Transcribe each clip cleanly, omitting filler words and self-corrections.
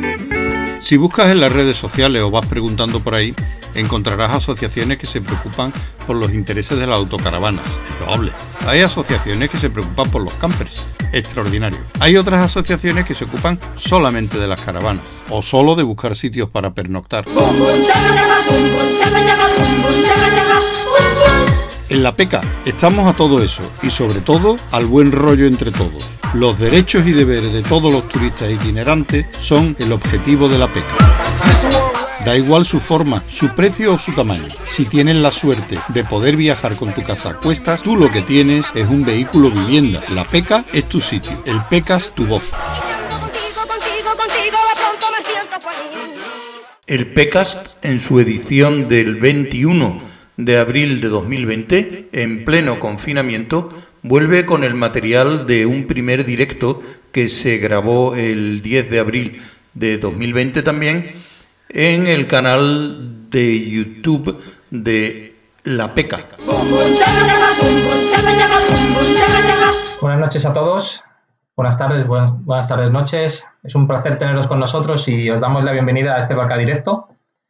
Si buscas en las redes sociales o vas preguntando por ahí, encontrarás asociaciones que se preocupan por los intereses de las autocaravanas, es loable. Hay asociaciones que se preocupan por los campers, extraordinario. Hay otras asociaciones que se ocupan solamente de las caravanas, o solo de buscar sitios para pernoctar. En la PECA estamos a todo eso y sobre todo al buen rollo entre todos. Los derechos y deberes de todos los turistas itinerantes son el objetivo de la PECA. Da igual su forma, su precio o su tamaño. Si tienes la suerte de poder viajar con tu casa a cuestas, tú lo que tienes es un vehículo vivienda. La PECA es tu sitio. El PECA es tu voz. El PECAST, en su edición del 21 de abril de 2020, en pleno confinamiento, vuelve con el material de un primer directo que se grabó el 10 de abril de 2020 también en el canal de YouTube de La PECA. Buenas noches a todos, buenas tardes, noches. Es un placer teneros con nosotros y os damos la bienvenida a este PECA Directo.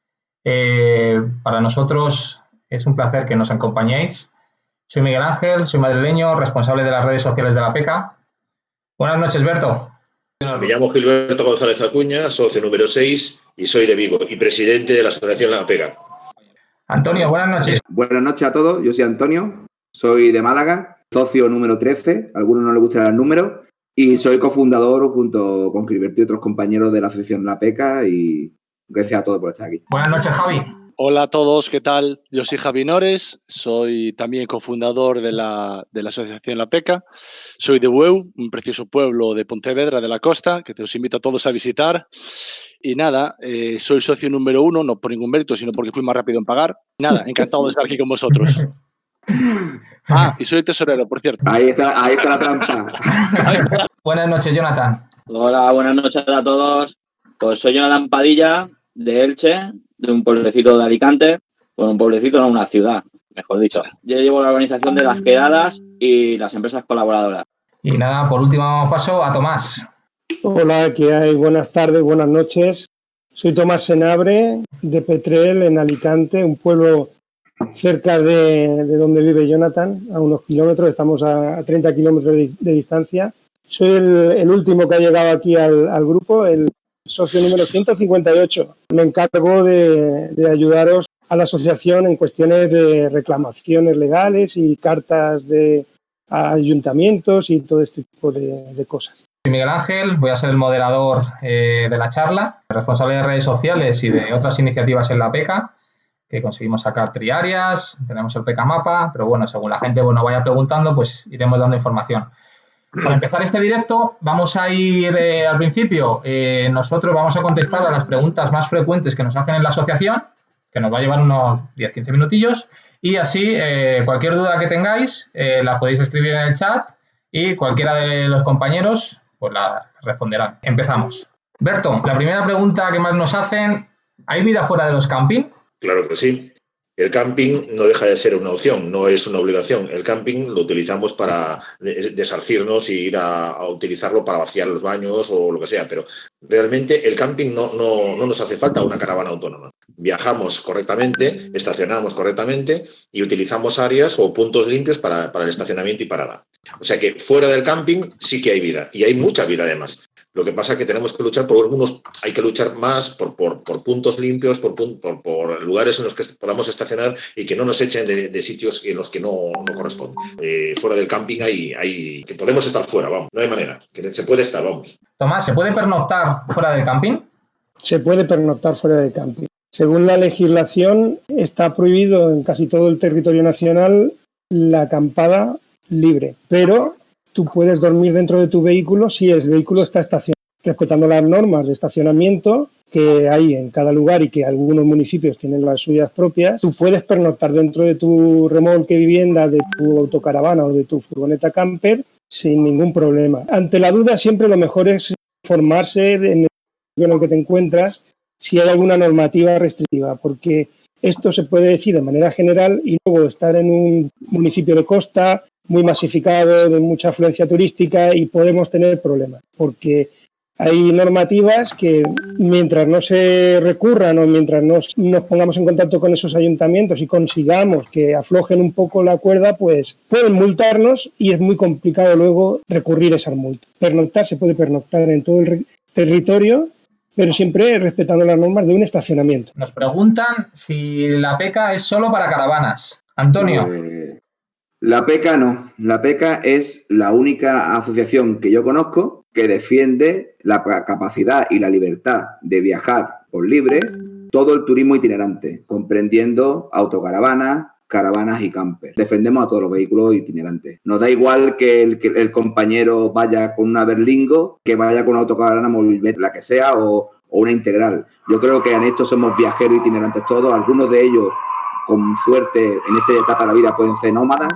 Para nosotros es un placer que nos acompañéis. Soy Miguel Ángel, soy madrileño, responsable de las redes sociales de La PECA. Buenas noches, Berto. Me llamo Gilberto González Acuña, socio número 6 y soy de Vigo y presidente de la asociación La PECA. Antonio, buenas noches. Buenas noches a todos, yo soy Antonio, soy de Málaga, socio número 13, a algunos no les gustarán los números, y soy cofundador junto con Gilberto y otros compañeros de la asociación La PECA y gracias a todos por estar aquí. Buenas noches, Javi. Hola a todos, ¿qué tal? Yo soy Javi Nores, soy también cofundador de la asociación La PECA. Soy de Bueu, un precioso pueblo de Pontevedra de la Costa, que os invito a todos a visitar. Y nada, soy socio número 1, no por ningún mérito, sino porque fui más rápido en pagar. Nada, encantado de estar aquí con vosotros. Y soy tesorero, por cierto. Ahí está la trampa. Buenas noches, Jonathan. Hola, buenas noches a todos. Pues soy Jonathan Padilla, de Elche, de un pueblecito de Alicante. Bueno, un pueblecito, no una ciudad, mejor dicho. Yo llevo la organización de las quedadas y las empresas colaboradoras. Y nada, por último paso a Tomás. Hola, ¿qué hay? Buenas tardes, buenas noches. Soy Tomás Senabre, de Petrel, en Alicante, un pueblo cerca de donde vive Jonathan, a unos kilómetros, estamos a 30 kilómetros de distancia. Soy el último que ha llegado aquí al grupo, el socio número 158. Me encargo de ayudaros a la asociación en cuestiones de reclamaciones legales y cartas de ayuntamientos y todo este tipo de cosas. Soy Miguel Ángel, voy a ser el moderador de la charla, responsable de redes sociales y de otras iniciativas en la PECA, que conseguimos sacar triarias, tenemos el PECA Mapa, pero bueno, según la gente vaya preguntando, pues iremos dando información. Para empezar este directo, vamos a ir al principio. Nosotros vamos a contestar a las preguntas más frecuentes que nos hacen en la asociación, que nos va a llevar unos 10-15 minutillos, y así cualquier duda que tengáis la podéis escribir en el chat y cualquiera de los compañeros pues la responderán. Empezamos. Berto, la primera pregunta que más nos hacen, ¿hay vida fuera de los camping? Claro que sí. El camping no deja de ser una opción, no es una obligación. El camping lo utilizamos para desarcirnos y ir a utilizarlo para vaciar los baños o lo que sea, pero realmente el camping no nos hace falta una caravana autónoma. Viajamos correctamente, estacionamos correctamente y utilizamos áreas o puntos limpios para el estacionamiento y parada. O sea que fuera del camping sí que hay vida, y hay mucha vida además. Lo que pasa es que tenemos que luchar por algunos, hay que luchar más por puntos limpios, por lugares en los que podamos estacionar y que no nos echen de sitios en los que no corresponden. Fuera del camping hay que podemos estar fuera, vamos, no hay manera, que se puede estar, vamos. Tomás, ¿se puede pernoctar fuera del camping? Se puede pernoctar fuera del camping. Según la legislación, está prohibido en casi todo el territorio nacional la acampada libre, pero tú puedes dormir dentro de tu vehículo si el vehículo está estacionado, respetando las normas de estacionamiento que hay en cada lugar y que algunos municipios tienen las suyas propias. Tú puedes pernoctar dentro de tu remolque vivienda, de tu autocaravana o de tu furgoneta camper sin ningún problema. Ante la duda, siempre lo mejor es informarse en el sitio en el que te encuentras si hay alguna normativa restrictiva, porque esto se puede decir de manera general y luego estar en un municipio de costa muy masificado, de mucha afluencia turística, y podemos tener problemas, porque Hay normativas que mientras no se recurran o mientras nos pongamos en contacto con esos ayuntamientos y consigamos que aflojen un poco la cuerda, pues pueden multarnos y es muy complicado luego recurrir esas multas. Pernoctar, se puede pernoctar en todo el territorio, pero siempre respetando las normas de un estacionamiento. Nos preguntan si la PECA es solo para caravanas. Antonio. La PECA no. La PECA es la única asociación que yo conozco que defiende la capacidad y la libertad de viajar por libre todo el turismo itinerante, comprendiendo autocaravanas, caravanas y campers. Defendemos a todos los vehículos itinerantes. Nos da igual que el compañero vaya con una Berlingo, que vaya con una autocaravana Movilmet, la que sea, o una integral. Yo creo que en esto somos viajeros itinerantes todos. Algunos de ellos, con suerte, en esta etapa de la vida pueden ser nómadas,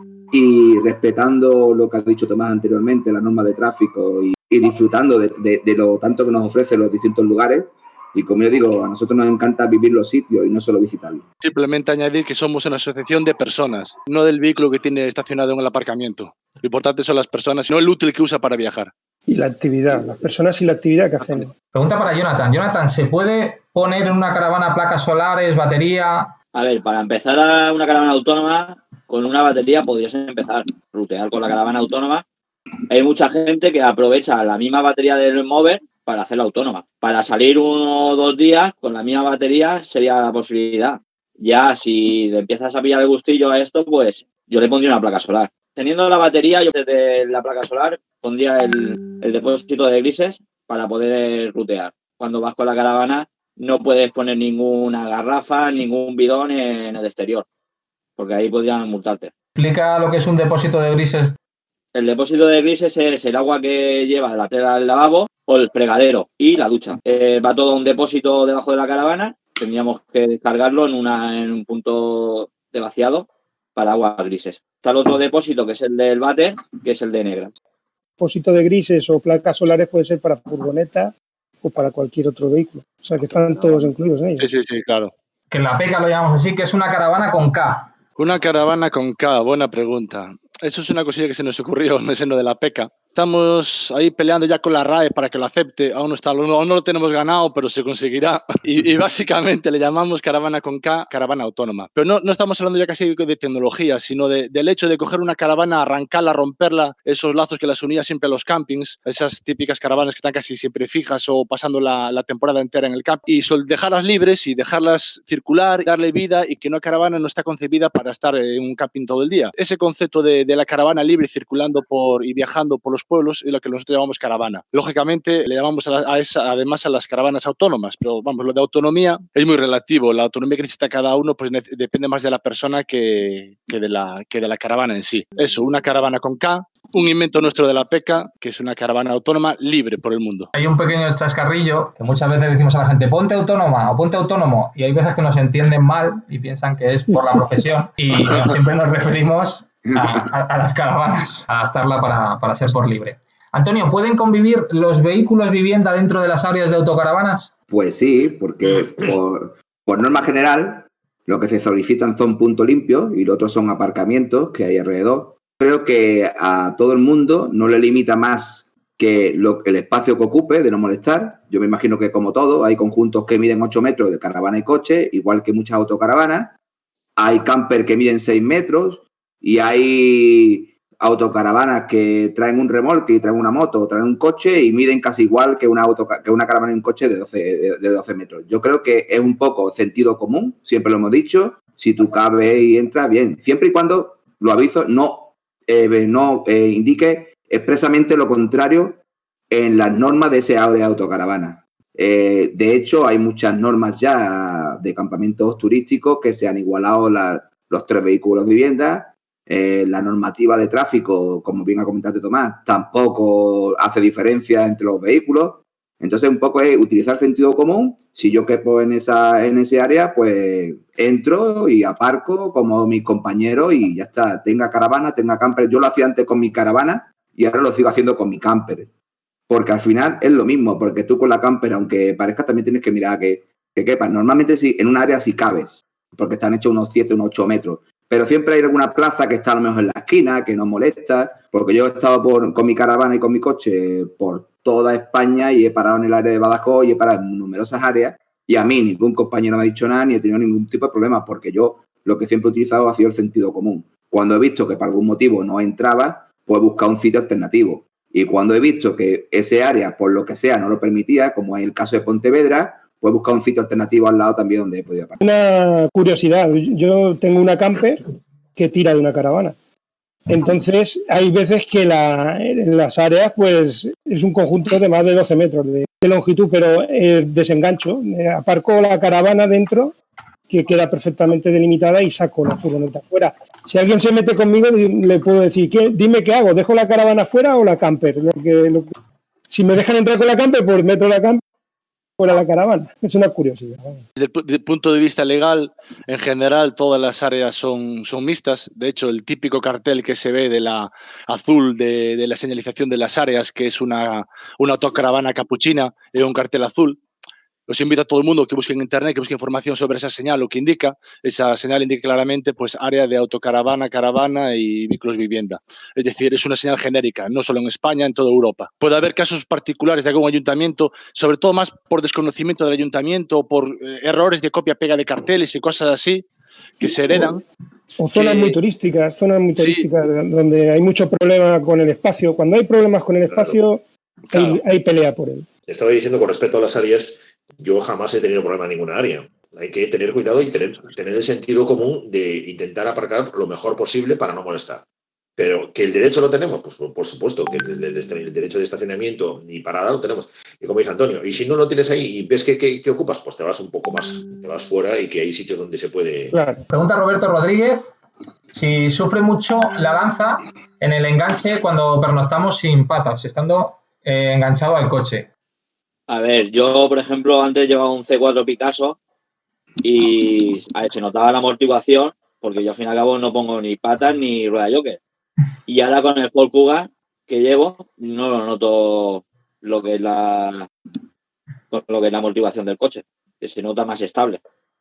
y respetando lo que has dicho Tomás anteriormente, las normas de tráfico y disfrutando de lo tanto que nos ofrecen los distintos lugares. Y como yo digo, a nosotros nos encanta vivir los sitios y no solo visitarlos. Simplemente añadir que somos una asociación de personas, no del vehículo que tiene estacionado en el aparcamiento. Lo importante son las personas, no el útil que usa para viajar. Y la actividad, las personas y la actividad que hacen. Pregunta para Jonathan. Jonathan, ¿se puede poner en una caravana placas solares, batería? A ver, para empezar a una caravana autónoma, con una batería podrías empezar a rutear con la caravana autónoma. Hay mucha gente que aprovecha la misma batería del Mover para hacerla autónoma. Para salir 1 o 2 días con la misma batería sería la posibilidad. Ya si le empiezas a pillar el gustillo a esto, pues yo le pondría una placa solar. Teniendo la batería, yo desde la placa solar pondría el depósito de grises para poder rutear. Cuando vas con la caravana no puedes poner ninguna garrafa, ningún bidón en el exterior, porque ahí podrían multarte. ¿Explica lo que es un depósito de grises? El depósito de grises es el agua que lleva la tela del lavabo o el fregadero y la ducha. Va todo a un depósito debajo de la caravana. Tendríamos que descargarlo en un punto de vaciado para aguas grises. Está el otro depósito que es el del váter, que es el de negra. Depósito de grises o placas solares puede ser para furgoneta o para cualquier otro vehículo. O sea, que están todos incluidos en ellos. Sí, claro. Que en la PECA lo llamamos así, que es una caravana con K. Una caravana con K, buena pregunta. Eso es una cosilla que se nos ocurrió en el seno de la PECA. Estamos ahí peleando ya con la RAE para que lo acepte. Aún no lo tenemos ganado, pero se conseguirá. Y básicamente le llamamos caravana con K, caravana autónoma. Pero no estamos hablando ya casi de tecnología, sino del hecho de coger una caravana, arrancarla, romperla, esos lazos que las unía siempre a los campings, esas típicas caravanas que están casi siempre fijas o pasando la temporada entera en el camp, y dejarlas libres y dejarlas circular, darle vida, y que una caravana no está concebida para estar en un camping todo el día. Ese concepto de la caravana libre circulando y viajando por los pueblos es lo que nosotros llamamos caravana. Lógicamente le llamamos además a las caravanas autónomas, pero vamos, lo de autonomía es muy relativo. La autonomía que necesita cada uno pues depende más de la persona que de la caravana en sí. Eso, una caravana con K, un invento nuestro de la PECA, que es una caravana autónoma libre por el mundo. Hay un pequeño chascarrillo que muchas veces decimos a la gente, ponte autónoma o ponte autónomo, y hay veces que nos entienden mal y piensan que es por la profesión, y siempre nos referimos a las caravanas, a adaptarla para ser por libre. Antonio, ¿pueden convivir los vehículos vivienda dentro de las áreas de autocaravanas? Pues sí, porque por norma general lo que se solicitan son puntos limpios y los otros son aparcamientos que hay alrededor. Creo que a todo el mundo no le limita más que el espacio que ocupe de no molestar. Yo me imagino que como todo, hay conjuntos que miden 8 metros de caravana y coche, igual que muchas autocaravanas. Hay camper que miden 6 metros y hay autocaravanas que traen un remolque y traen una moto o traen un coche y miden casi igual que una caravana y un coche de 12 metros. Yo creo que es un poco sentido común, siempre lo hemos dicho. Si tú cabes y entras, bien. Siempre y cuando, lo aviso, no indique expresamente lo contrario en las normas de ese área de autocaravana. De hecho, hay muchas normas ya de campamentos turísticos que se han igualado los 3 vehículos viviendas. La normativa de tráfico, como bien ha comentado Tomás, tampoco hace diferencia entre los vehículos. Entonces, un poco es utilizar sentido común. Si yo quepo en ese área, pues entro y aparco como mis compañeros y ya está. Tenga caravana, tenga camper. Yo lo hacía antes con mi caravana y ahora lo sigo haciendo con mi camper. Porque al final es lo mismo, porque tú con la camper, aunque parezca, también tienes que mirar que quepas. Normalmente sí, en un área sí cabes, porque están hechos unos 7, unos 8 metros. pero siempre hay alguna plaza que está a lo mejor en la esquina, que nos molesta, porque yo he estado con mi caravana y con mi coche por toda España y he parado en el área de Badajoz y he parado en numerosas áreas y a mí ningún compañero me ha dicho nada ni he tenido ningún tipo de problema porque yo lo que siempre he utilizado ha sido el sentido común. Cuando he visto que por algún motivo no entraba, pues he buscado un sitio alternativo. Y cuando he visto que ese área, por lo que sea, no lo permitía, como en el caso de Pontevedra, pues he buscado un sitio alternativo al lado también donde he podido parar. Una curiosidad, yo tengo una camper que tira de una caravana. Entonces, hay veces que en las áreas, pues, es un conjunto de más de 12 metros de longitud, pero desengancho, aparco la caravana dentro, que queda perfectamente delimitada y saco la furgoneta fuera. Si alguien se mete conmigo, le puedo decir, dime qué hago, ¿dejo la caravana fuera o la camper? Si me dejan entrar con la camper, pues meto la camper fuera la caravana. Es una curiosidad. Desde el punto de vista legal, en general, todas las áreas son mixtas. De hecho, el típico cartel que se ve de la azul de la señalización de las áreas, que es una autocaravana capuchina, es un cartel azul. Os invito a todo el mundo que busque en internet, que busque información sobre esa señal, lo que indica. Esa señal indica claramente pues área de autocaravana, caravana y vehículos vivienda. Es decir, es una señal genérica, no solo en España, en toda Europa. Puede haber casos particulares de algún ayuntamiento, sobre todo más por desconocimiento del ayuntamiento o por errores de copia-pega de carteles y cosas así que se heredan. O zonas muy turísticas, donde hay mucho problema con el espacio. Cuando hay problemas con el espacio, claro, hay pelea por él. Estaba diciendo con respecto a las áreas, yo jamás he tenido problema en ninguna área. Hay que tener cuidado y tener el sentido común de intentar aparcar lo mejor posible para no molestar. Pero que el derecho lo tenemos, pues por supuesto, que el derecho de estacionamiento y parada lo tenemos. Y como dice Antonio, y si no lo tienes ahí y ves que ocupas, pues te vas un poco más, te vas fuera y que hay sitios donde se puede... Claro. Pregunta Roberto Rodríguez si sufre mucho la lanza en el enganche cuando pernoctamos sin patas, estando enganchado al coche. A ver, yo, por ejemplo, antes llevaba un C4 Picasso y se notaba la amortiguación porque yo, al fin y al cabo, no pongo ni patas ni rueda joker. Y ahora con el Ford Kuga que llevo, no lo noto lo que es la amortiguación del coche, que se nota más estable.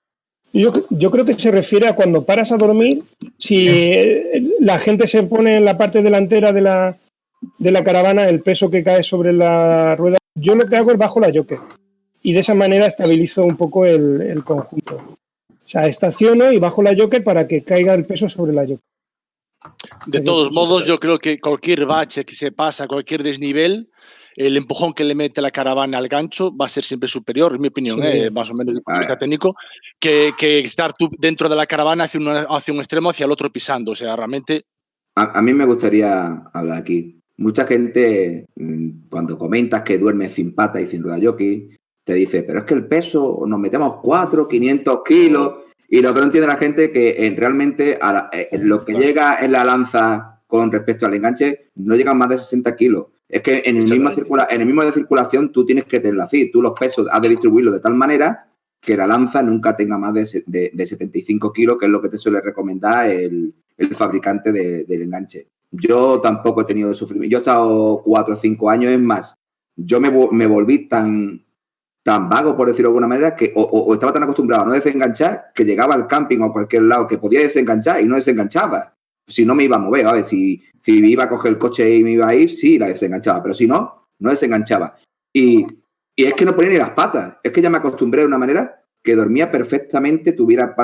Yo creo que se refiere a cuando paras a dormir, si la gente se pone en la parte delantera de la caravana, el peso que cae sobre la rueda. Yo lo que hago es bajo la joker y de esa manera estabilizo un poco el conjunto. O sea, estaciono y bajo la joker para que caiga el peso sobre la joker. De todos modos, yo creo que cualquier bache que se pasa, cualquier desnivel, el empujón que le mete la caravana al gancho va a ser siempre superior, en mi opinión, más o menos técnico, que estar tú dentro de la caravana hacia un extremo, hacia el otro pisando. O sea, realmente... A mí me gustaría hablar aquí. Mucha gente, cuando comentas que duermes sin pata y sin rueda jockey, te dice, pero es que el peso, nos metemos 500 kilos, y lo que no entiende la gente es que realmente lo que llega en la lanza con respecto al enganche no llega a más de 60 kilos. Es que en el mismo de circulación tú tienes que tenerlo así, tú los pesos has de distribuirlo de tal manera que la lanza nunca tenga más de 75 kilos, que es lo que te suele recomendar el fabricante del enganche. Yo tampoco he tenido sufrimiento. Yo he estado 4 o 5 años, es más, yo me volví tan vago, por decirlo de alguna manera, que o estaba tan acostumbrado a no desenganchar que llegaba al camping o a cualquier lado que podía desenganchar y no desenganchaba. Si no me iba a mover, ¿vale? Si iba a coger el coche y me iba a ir, sí, la desenganchaba, pero si no, no desenganchaba. Y es que no ponía ni las patas, es que ya me acostumbré de una manera que dormía perfectamente,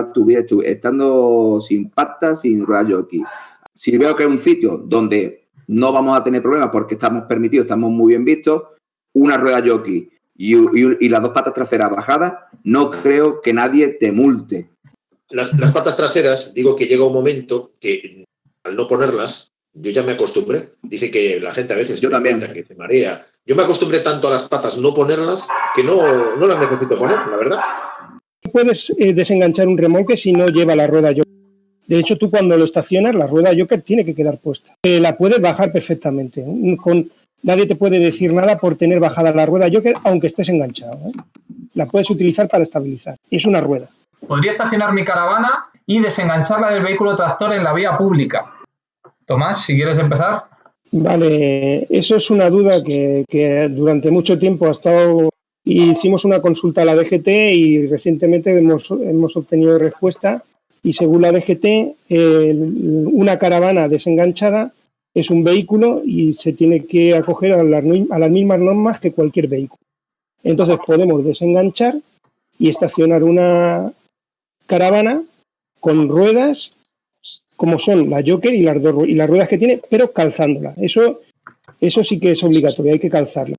estando sin patas, sin rueda jockey. Si veo que es un sitio donde no vamos a tener problemas porque estamos permitidos, estamos muy bien vistos, una rueda jockey y las dos patas traseras bajadas, no creo que nadie te multe. Las patas traseras, digo que llega un momento que al no ponerlas, yo ya me acostumbré. Dice que la gente a veces yo también que se marea. Yo me acostumbré tanto a las patas no ponerlas que no las necesito poner, la verdad. Puedes desenganchar un remolque si no lleva la rueda joker. De hecho, tú cuando lo estacionas, la rueda joker tiene que quedar puesta. La puedes bajar perfectamente. Nadie te puede decir nada por tener bajada la rueda joker, aunque estés enganchado. La puedes utilizar para estabilizar. Y es una rueda. Podría estacionar mi caravana y desengancharla del vehículo tractor en la vía pública. Tomás, si quieres empezar. Vale, eso es una duda que durante mucho tiempo ha estado... Hicimos una consulta a la DGT y recientemente hemos obtenido respuesta y según la DGT, una caravana desenganchada es un vehículo y se tiene que acoger a las mismas normas que cualquier vehículo. Entonces podemos desenganchar y estacionar una caravana con ruedas como son la Joker y las ruedas que tiene, pero calzándola. Eso sí que es obligatorio, hay que calzarla.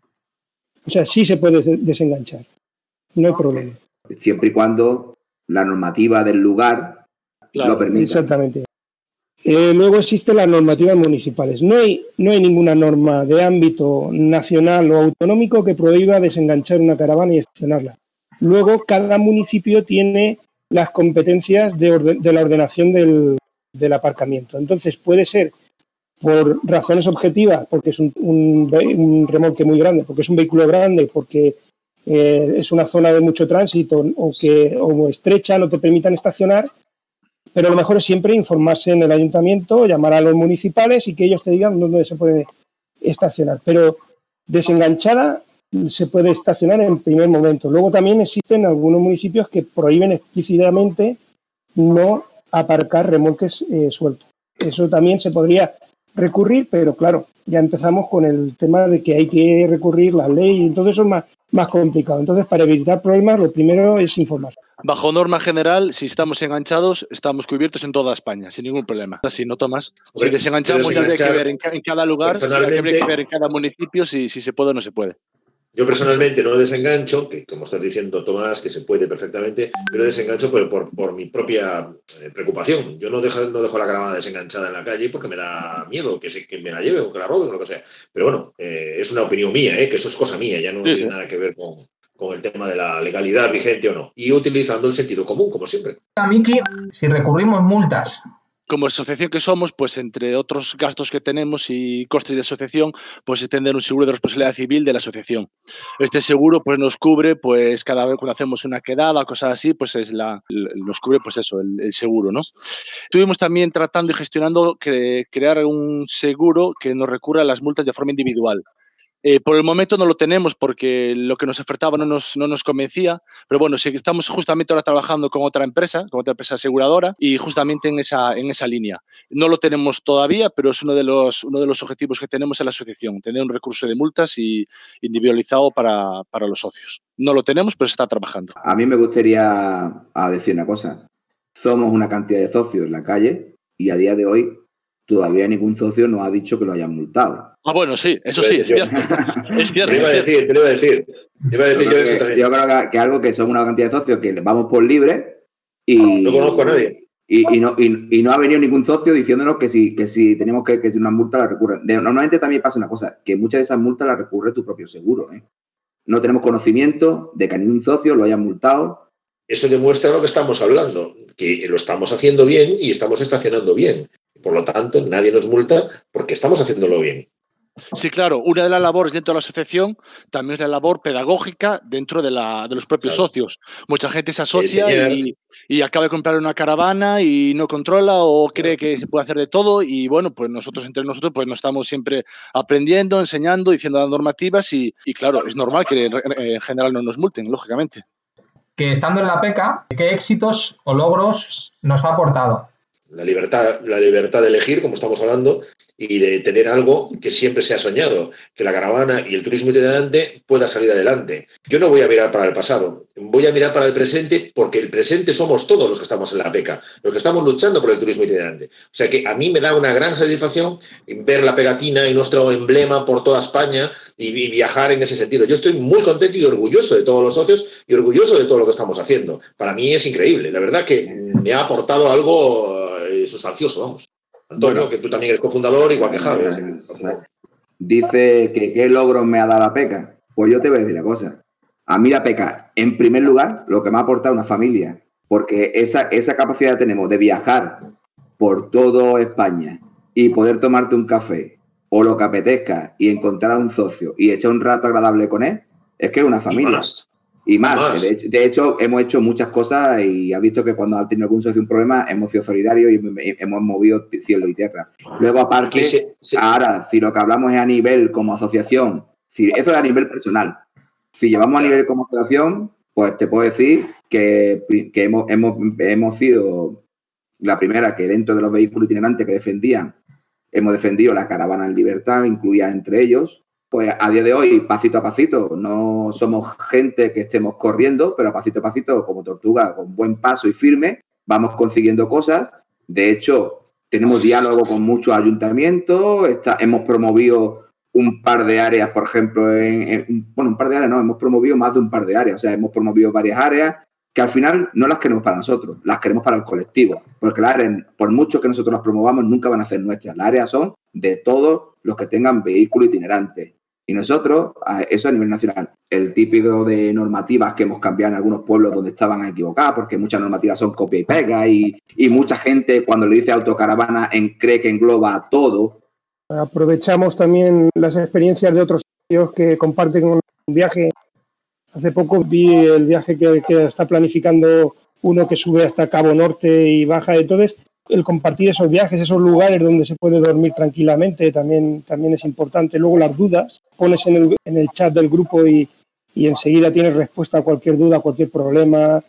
O sea, sí se puede desenganchar, no hay problema. Siempre y cuando la normativa del lugar lo permita. Exactamente. Luego existen las normativas municipales. No hay ninguna norma de ámbito nacional o autonómico que prohíba desenganchar una caravana y estacionarla. Luego, cada municipio tiene las competencias de la ordenación del aparcamiento. Entonces, puede ser por razones objetivas, porque es un remolque muy grande, porque es un vehículo grande, porque es una zona de mucho tránsito o estrecha, no te permitan estacionar, pero lo mejor es siempre informarse en el ayuntamiento, llamar a los municipales y que ellos te digan dónde se puede estacionar. Pero desenganchada se puede estacionar en primer momento. Luego también existen algunos municipios que prohíben explícitamente no aparcar remolques sueltos. Eso también se podría recurrir, pero claro, ya empezamos con el tema de que hay que recurrir la ley, entonces eso es más complicado. Entonces, para evitar problemas, lo primero es informar. Bajo norma general, si estamos enganchados, estamos cubiertos en toda España, sin ningún problema. Así, no Tomás. Si desenganchamos, ya habría que ver en cada lugar, habría que ver en cada municipio si se puede o no se puede. Yo personalmente no desengancho, que como estás diciendo, Tomás, que se puede perfectamente, pero desengancho por mi propia preocupación. Yo no dejo la caravana desenganchada en la calle porque me da miedo que me la lleven o que la roben o lo que sea. Pero bueno, es una opinión mía, que eso es cosa mía, ya no tiene nada que ver con el tema de la legalidad vigente o no. Y utilizando el sentido común, como siempre. Miki, si recurrimos multas. Como asociación que somos, pues entre otros gastos que tenemos y costes de asociación, pues es tener un seguro de responsabilidad civil de la asociación. Este seguro pues nos cubre, pues cada vez cuando hacemos una quedada, cosas así, pues nos cubre pues eso, el seguro, ¿no? Estuvimos también tratando y gestionando crear un seguro que nos recurra a las multas de forma individual. Por el momento no lo tenemos porque lo que nos ofertaba no nos convencía, pero bueno, sí que estamos justamente ahora trabajando con otra empresa aseguradora y justamente en esa línea. No lo tenemos todavía, pero es uno de los objetivos que tenemos en la asociación, tener un recurso de multas individualizado para los socios. No lo tenemos, pero se está trabajando. A mí me gustaría decir una cosa. Somos una cantidad de socios en la calle y a día de hoy todavía ningún socio nos ha dicho que lo hayan multado. Ah, bueno, sí, eso sí, es cierto. Es cierto. Te iba a decir yo eso también. Yo creo que algo que somos una cantidad de socios que vamos por libre y no conozco a nadie. Y no ha venido ningún socio diciéndonos que si tenemos que una multa la recurren. Normalmente también pasa una cosa, que muchas de esas multas las recurre tu propio seguro. No tenemos conocimiento de que a ningún socio lo hayan multado. Eso demuestra lo que estamos hablando, que lo estamos haciendo bien y estamos estacionando bien. Por lo tanto, nadie nos multa porque estamos haciéndolo bien. Sí, claro. Una de las labores dentro de la asociación también es la labor pedagógica dentro de los propios socios. Mucha gente se asocia y acaba de comprar una caravana y no controla o cree que se puede hacer de todo y bueno, pues entre nosotros pues nos estamos siempre aprendiendo, enseñando, diciendo las normativas y claro, es normal que en general no nos multen, lógicamente. Que estando en la PECA, ¿qué éxitos o logros nos ha aportado? La libertad de elegir, como estamos hablando, y de tener algo que siempre se ha soñado, que la caravana y el turismo itinerante pueda salir adelante. Yo no voy a mirar para el pasado, voy a mirar para el presente porque el presente somos todos los que estamos en la PECA, los que estamos luchando por el turismo itinerante. O sea que a mí me da una gran satisfacción ver la pegatina y nuestro emblema por toda España y viajar en ese sentido. Yo estoy muy contento y orgulloso de todos los socios y orgulloso de todo lo que estamos haciendo. Para mí es increíble, la verdad que me ha aportado algo sustancioso, vamos. Antonio, bueno, que tú también eres cofundador, igual que Javi. Dice que qué logros me ha dado la PECA. Pues yo te voy a decir una cosa. A mí la PECA, en primer lugar, lo que me ha aportado una familia, porque esa capacidad que tenemos de viajar por toda España y poder tomarte un café o lo que apetezca y encontrar a un socio y echar un rato agradable con él, es que es una familia. Y más. De hecho, hemos hecho muchas cosas y ha visto que cuando ha tenido algún socio un problema, hemos sido solidarios y hemos movido cielo y tierra. Luego, aparte, ahora, si lo que hablamos es a nivel como asociación, si eso es a nivel personal. Si llevamos a nivel como asociación, Pues te puedo decir que hemos sido la primera que dentro de los vehículos itinerantes que defendían, hemos defendido la caravana en libertad, incluida entre ellos. Pues a día de hoy, pasito a pasito, no somos gente que estemos corriendo, pero pasito a pasito, como tortuga, con buen paso y firme, vamos consiguiendo cosas. De hecho, tenemos diálogo con muchos ayuntamientos, hemos promovido un par de áreas, por ejemplo, un par de áreas no, hemos promovido más de un par de áreas, o sea, hemos promovido varias áreas que al final no las queremos para nosotros, las queremos para el colectivo, porque las áreas, por mucho que nosotros las promovamos, nunca van a ser nuestras. Las áreas son de todos los que tengan vehículo itinerante. Y nosotros, eso a nivel nacional, el típico de normativas que hemos cambiado en algunos pueblos donde estaban equivocadas, porque muchas normativas son copia y pega, y mucha gente cuando le dice autocaravana cree que engloba todo. Aprovechamos también las experiencias de otros sitios que comparten un viaje. Hace poco vi el viaje que está planificando uno que sube hasta Cabo Norte y baja. Entonces, el compartir esos viajes, esos lugares donde se puede dormir tranquilamente también es importante. Luego las dudas, pones en el chat del grupo y enseguida tienes respuesta a cualquier duda, a cualquier problema.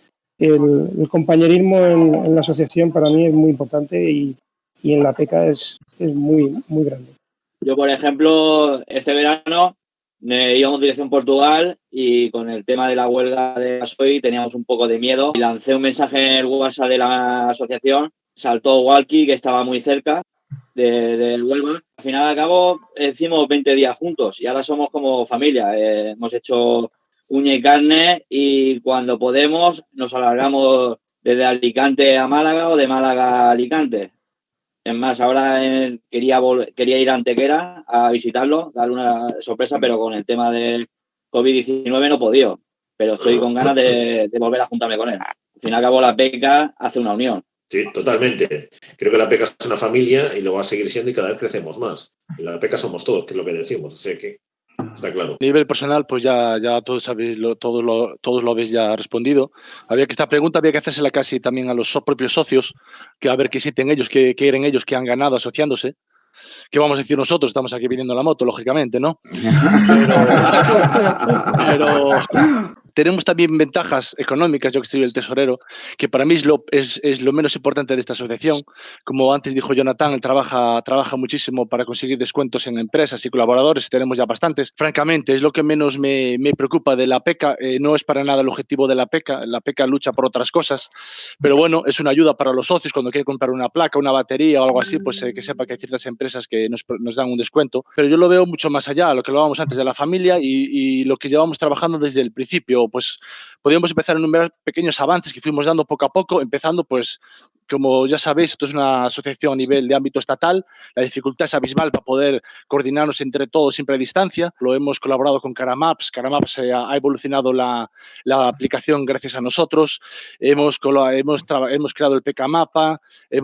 El compañerismo en la asociación para mí es muy importante y en la PECA es muy, muy grande. Yo, por ejemplo, este verano íbamos dirección Portugal y con el tema de la huelga de gasoil teníamos un poco de miedo. Y lancé un mensaje en el WhatsApp de la asociación, saltó Walkie, que estaba muy cerca del Huelva. Al final, al cabo, hicimos 20 días juntos y ahora somos como familia. Hemos hecho uña y carne y cuando podemos nos alargamos desde Alicante a Málaga o de Málaga a Alicante. Es más, ahora quería ir a Antequera a visitarlo, darle una sorpresa, pero con el tema del COVID-19 no he podido. Pero estoy con ganas de volver a juntarme con él. Al fin y al cabo, la PECA hace una unión. Sí, totalmente. Creo que la PECA es una familia y lo va a seguir siendo y cada vez crecemos más. Y la PECA somos todos, que es lo que decimos. O sea que está claro. A nivel personal, pues ya todos sabéis, todos lo habéis ya respondido. Esta pregunta había que hacérsela casi también a los propios socios, que a ver qué sienten ellos, qué quieren ellos, que han ganado asociándose. ¿Qué vamos a decir nosotros? Estamos aquí pidiendo la moto, lógicamente, ¿no? Pero tenemos también ventajas económicas, yo que soy el tesorero, que para mí es lo menos importante de esta asociación. Como antes dijo Jonathan, él trabaja muchísimo para conseguir descuentos en empresas y colaboradores, tenemos ya bastantes. Francamente, es lo que menos me preocupa de la PECA, no es para nada el objetivo de la PECA lucha por otras cosas, pero bueno, es una ayuda para los socios cuando quieren comprar una placa, una batería o algo así, pues que sepa que hay ciertas empresas que nos dan un descuento. Pero yo lo veo mucho más allá, lo que hablábamos antes de la familia y lo que llevamos trabajando desde el principio. Pues podríamos empezar a enumerar pequeños avances que fuimos dando poco a poco, empezando pues, como ya sabéis, esto es una asociación a nivel de ámbito estatal, la dificultad es abismal para poder coordinarnos entre todos siempre a distancia. Lo hemos colaborado con Caramaps ha evolucionado la aplicación gracias a nosotros, hemos creado el PECA Mapa,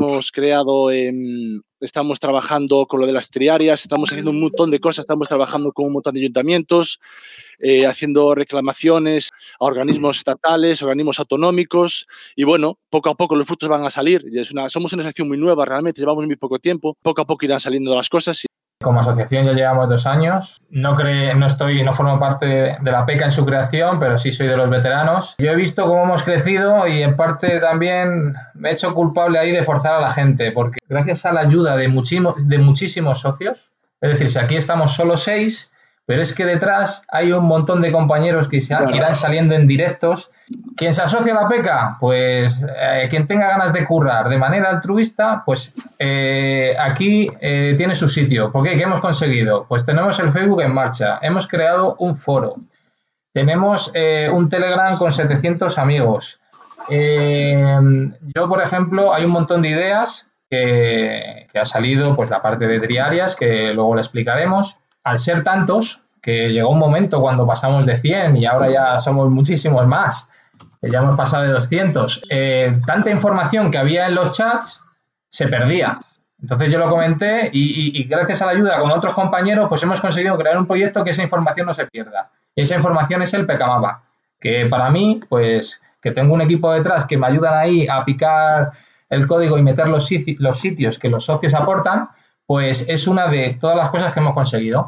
estamos trabajando con lo de las triarias, estamos haciendo un montón de cosas, estamos trabajando con un montón de ayuntamientos, haciendo reclamaciones a organismos estatales, organismos autonómicos y bueno, poco a poco los frutos van a salir. Somos una asociación muy nueva, realmente llevamos muy poco tiempo, poco a poco irán saliendo las cosas. Como asociación ya llevamos 2 años, no formo parte de la PECA en su creación, pero sí soy de los veteranos. Yo he visto cómo hemos crecido y en parte también me he hecho culpable ahí de forzar a la gente, porque gracias a la ayuda de muchísimos socios, es decir, si aquí estamos solo 6, pero es que detrás hay un montón de compañeros que irán saliendo en directos. ¿Quién se asocia a la PECA? Pues quien tenga ganas de currar de manera altruista, pues aquí tiene su sitio. ¿Por qué? ¿Qué hemos conseguido? Pues tenemos el Facebook en marcha, hemos creado un foro, tenemos un Telegram con 700 amigos. Yo, por ejemplo, hay un montón de ideas que ha salido, pues la parte de triarias, que luego le explicaremos. Al ser tantos, que llegó un momento cuando pasamos de 100 y ahora ya somos muchísimos más, que ya hemos pasado de 200, tanta información que había en los chats se perdía. Entonces yo lo comenté y gracias a la ayuda con otros compañeros pues hemos conseguido crear un proyecto que esa información no se pierda. Y esa información es el PECA Mapa, que para mí, pues que tengo un equipo detrás que me ayudan ahí a picar el código y meter los sitios que los socios aportan, pues es una de todas las cosas que hemos conseguido.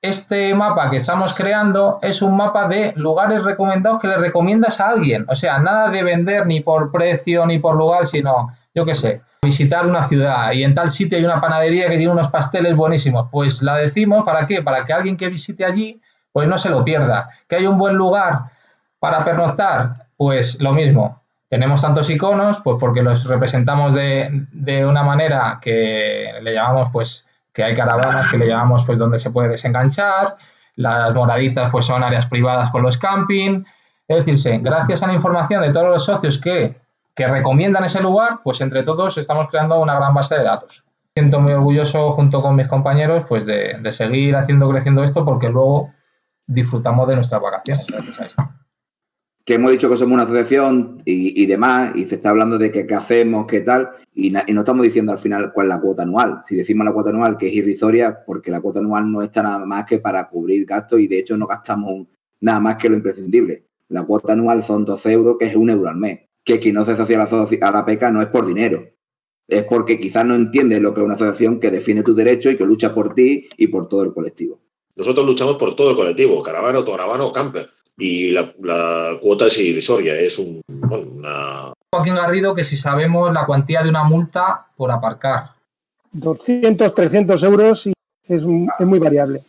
este mapa que estamos creando es un mapa de lugares recomendados que le recomiendas a alguien. O sea, nada de vender ni por precio ni por lugar, sino, yo qué sé, visitar una ciudad y en tal sitio hay una panadería que tiene unos pasteles buenísimos. Pues la decimos, ¿para qué? Para que alguien que visite allí, pues no se lo pierda. Que hay un buen lugar para pernoctar, pues lo mismo. Tenemos tantos iconos, pues porque los representamos de una manera que le llamamos, pues, que hay caravanas que le llamamos, pues, donde se puede desenganchar. Las moraditas, pues, son áreas privadas con los camping. Es decir, gracias a la información de todos los socios que recomiendan ese lugar, pues, entre todos estamos creando una gran base de datos. Me siento muy orgulloso, junto con mis compañeros, pues, de seguir creciendo esto, porque luego disfrutamos de nuestras vacaciones gracias a esto. Que hemos dicho que somos una asociación y demás, y se está hablando de qué hacemos, qué tal, y no estamos diciendo al final cuál es la cuota anual. Si decimos la cuota anual, que es irrisoria, porque la cuota anual no está nada más que para cubrir gastos y de hecho no gastamos nada más que lo imprescindible. La cuota anual son 12 euros, que es 1 euro al mes. Que quien no se asocia a la PECA no es por dinero, es porque quizás no entiende lo que es una asociación que defiende tus derechos y que lucha por ti y por todo el colectivo. Nosotros luchamos por todo el colectivo, caravana, autocaravana o camper. Y la cuota es irrisoria, es una... Joaquín Garrido, que si sabemos la cuantía de una multa por aparcar. 200, 300 euros y es muy variable.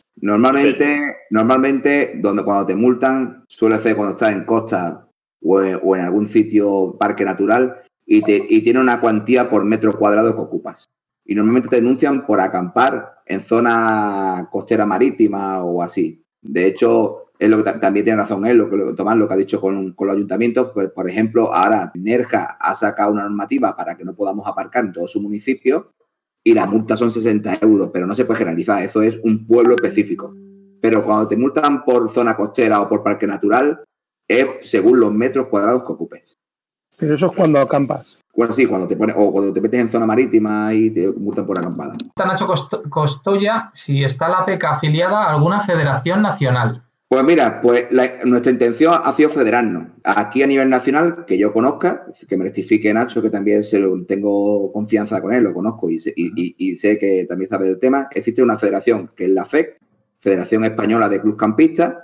Normalmente cuando te multan suele ser cuando estás en costa o en algún sitio, parque natural, y tiene una cuantía por metro cuadrado que ocupas. Y normalmente te denuncian por acampar en zona costera marítima o así. De hecho, es lo que también tiene razón él, Tomás, lo que ha dicho con los ayuntamientos. Pues, por ejemplo, ahora Nerja ha sacado una normativa para que no podamos aparcar en todo su municipio y la multa son 60 euros, pero no se puede generalizar, eso es un pueblo específico. Pero cuando te multan por zona costera o por parque natural, es según los metros cuadrados que ocupes. Pero eso es cuando acampas. Bueno, sí, cuando te metes en zona marítima y te multan por acampada. Nacho Costoya, si está la PECA afiliada a alguna federación nacional. Pues mira, nuestra intención ha sido federarnos. Aquí a nivel nacional, que yo conozca, que me rectifique Nacho, que también tengo confianza con él, lo conozco y sé que también sabe del tema. Existe una federación que es la FEC, Federación Española de Clubs Campistas,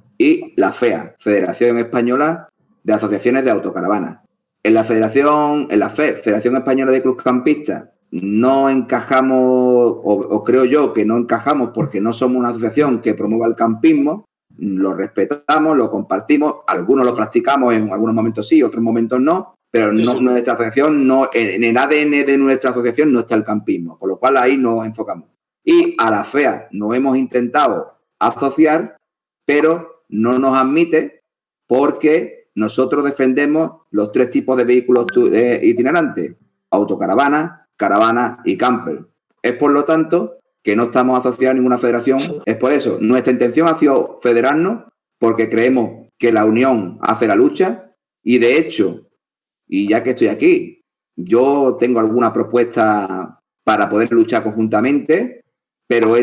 y la FEA, Federación Española de Asociaciones de Autocaravanas. En la FEC, Federación Española de Clubs Campistas, no encajamos, o creo yo que no encajamos porque no somos una asociación que promueva el campismo. Lo respetamos, lo compartimos, algunos lo practicamos, en algunos momentos sí, otros momentos no, pero no, nuestra asociación, no, en el ADN de nuestra asociación no está el campismo, por lo cual ahí nos enfocamos. Y a la FEA nos hemos intentado asociar, pero no nos admite porque nosotros defendemos los 3 tipos de vehículos itinerantes: autocaravana, caravana y camper. Es por lo tanto que no estamos asociados a ninguna federación. Es por eso, nuestra intención ha sido federarnos porque creemos que la unión hace la lucha y de hecho, y ya que estoy aquí, yo tengo alguna propuesta para poder luchar conjuntamente, pero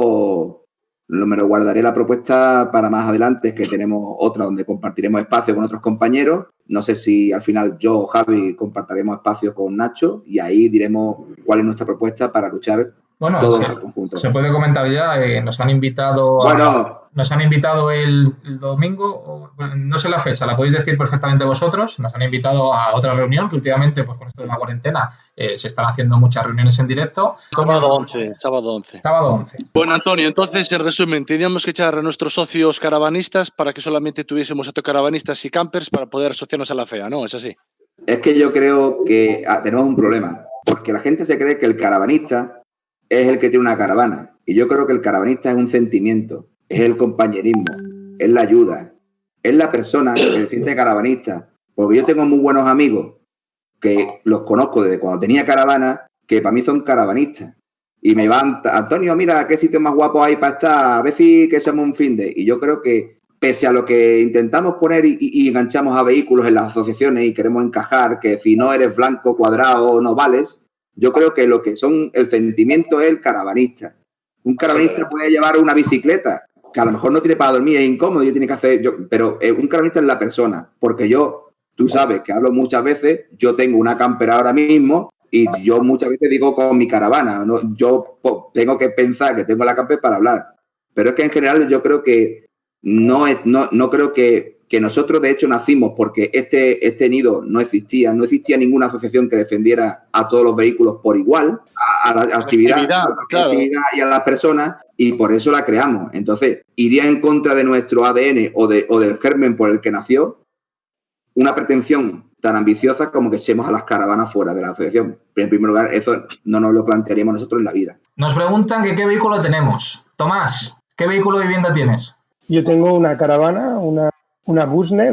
eso me lo guardaré la propuesta para más adelante, que tenemos otra donde compartiremos espacio con otros compañeros. No sé si al final yo o Javi compartiremos espacio con Nacho y ahí diremos cuál es nuestra propuesta para luchar. Bueno, se puede comentar ya, nos han invitado el domingo, no sé la fecha, la podéis decir perfectamente vosotros, nos han invitado a otra reunión que últimamente, pues con esto de la cuarentena, se están haciendo muchas reuniones en directo. Sábado 11. Bueno, Antonio, entonces, en resumen, teníamos que echar a nuestros socios caravanistas para que solamente tuviésemos autocaravanistas y campers para poder asociarnos a la FEA, ¿no? ¿Es así? Es que yo creo que tenemos un problema, porque la gente se cree que el caravanista es el que tiene una caravana. Y yo creo que el caravanista es un sentimiento, es el compañerismo, es la ayuda, es la persona que se siente caravanista. Porque yo tengo muy buenos amigos que los conozco desde cuando tenía caravana, que para mí son caravanistas. Y me van, Antonio, mira qué sitio más guapo hay para estar, a ver si que echamos un fin de. Y yo creo que pese a lo que intentamos poner y enganchamos a vehículos en las asociaciones y queremos encajar, que si no eres blanco, cuadrado, no vales, yo creo que lo que son el sentimiento es el caravanista. Un caravanista puede llevar una bicicleta, que a lo mejor no tiene para dormir, es incómodo, y tiene que hacer, pero un caravanista es la persona, porque tú sabes que hablo muchas veces, yo tengo una camper ahora mismo y yo muchas veces digo con mi caravana, ¿no? Yo tengo que pensar que tengo la camper para hablar. Pero es que en general yo creo que no creo que nosotros de hecho nacimos porque este nido no existía ninguna asociación que defendiera a todos los vehículos por igual, a la actividad y a las personas, y por eso la creamos. Entonces, iría en contra de nuestro ADN o del germen por el que nació una pretensión tan ambiciosa como que echemos a las caravanas fuera de la asociación. Pero en primer lugar, eso no nos lo plantearíamos nosotros en la vida. Nos preguntan que qué vehículo tenemos. Tomás, ¿qué vehículo de vivienda tienes? Yo tengo una caravana, una Busne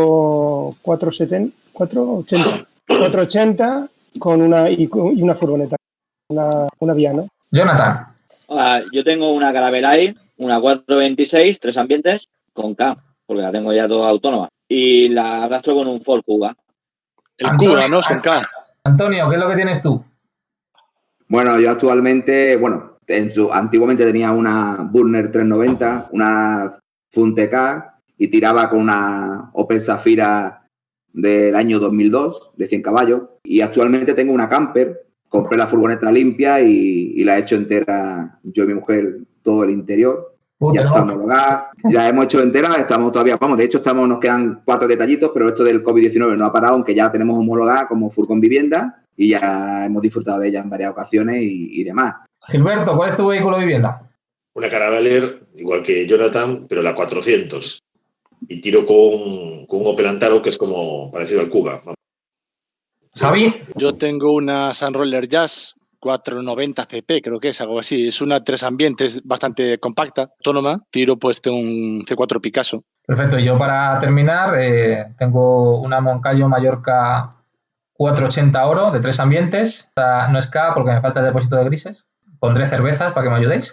480 con una furgoneta, una Viano. Jonathan. Yo tengo una Caravelle, una 426, 3 ambientes, con K, porque la tengo ya toda autónoma. Y la arrastro con un Ford Kuga. El Kuga, ¿no? Con K. Antonio, ¿qué es lo que tienes tú? Bueno, yo actualmente, antiguamente tenía una Burner 390, una Funteca y tiraba con una Opel Zafira del año 2002, de 100 caballos. Y actualmente tengo una camper. Compré la furgoneta limpia y la he hecho entera, yo y mi mujer, todo el interior. Ya está homologada, ya hemos hecho entera, estamos todavía, de hecho nos quedan 4 detallitos, pero esto del COVID-19 no ha parado, aunque ya la tenemos homologada como furgón vivienda y ya hemos disfrutado de ella en varias ocasiones y demás. Gilberto, ¿cuál es tu vehículo de vivienda? Una Caravelle, igual que Jonathan, pero la 400. Y tiro con un Opel Antaro que es como parecido al Kuga. Javi. Yo tengo una Sunroller Jazz 490 CP, creo que es algo así. Es una 3 ambientes bastante compacta, autónoma. Tiro pues de un C4 Picasso. Perfecto. Y yo para terminar tengo una Moncayo Mallorca 480 Oro de 3 ambientes. No es K porque me falta el depósito de grises. Pondré cervezas para que me ayudéis.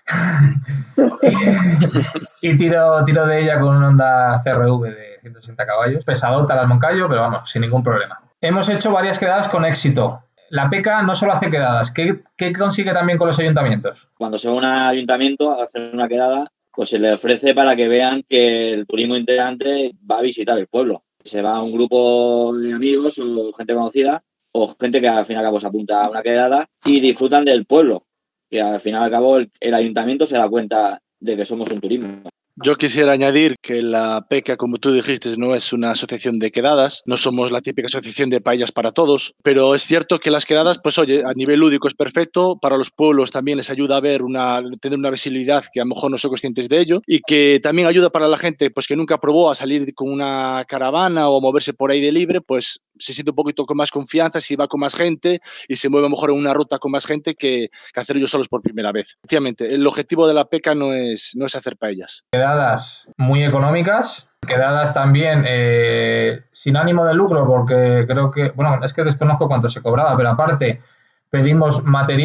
y tiro de ella con un Honda CR-V de 160 caballos. Pesadota la Moncayo, pero vamos, sin ningún problema. Hemos hecho varias quedadas con éxito. La PECA no solo hace quedadas, ¿qué consigue también con los ayuntamientos? Cuando se va a un ayuntamiento a hacer una quedada, pues se le ofrece para que vean que el turismo itinerante va a visitar el pueblo. Se va a un grupo de amigos o gente conocida o gente que al fin y al cabo se apunta a una quedada y disfrutan del pueblo. Que al fin y al cabo el ayuntamiento se da cuenta de que somos un turismo. Yo quisiera añadir que la PECA, como tú dijiste, no es una asociación de quedadas, no somos la típica asociación de paellas para todos, pero es cierto que las quedadas, pues oye, a nivel lúdico es perfecto, para los pueblos también les ayuda a ver tener una visibilidad que a lo mejor no son conscientes de ello y que también ayuda para la gente pues que nunca probó a salir con una caravana o moverse por ahí de libre, pues se siente un poquito con más confianza si va con más gente y se mueve mejor en una ruta con más gente que hacer ellos solos por primera vez. Efectivamente, el objetivo de la PECA no es hacer paellas. Quedadas muy económicas, quedadas también sin ánimo de lucro, porque creo que, es que desconozco cuánto se cobraba, pero aparte pedimos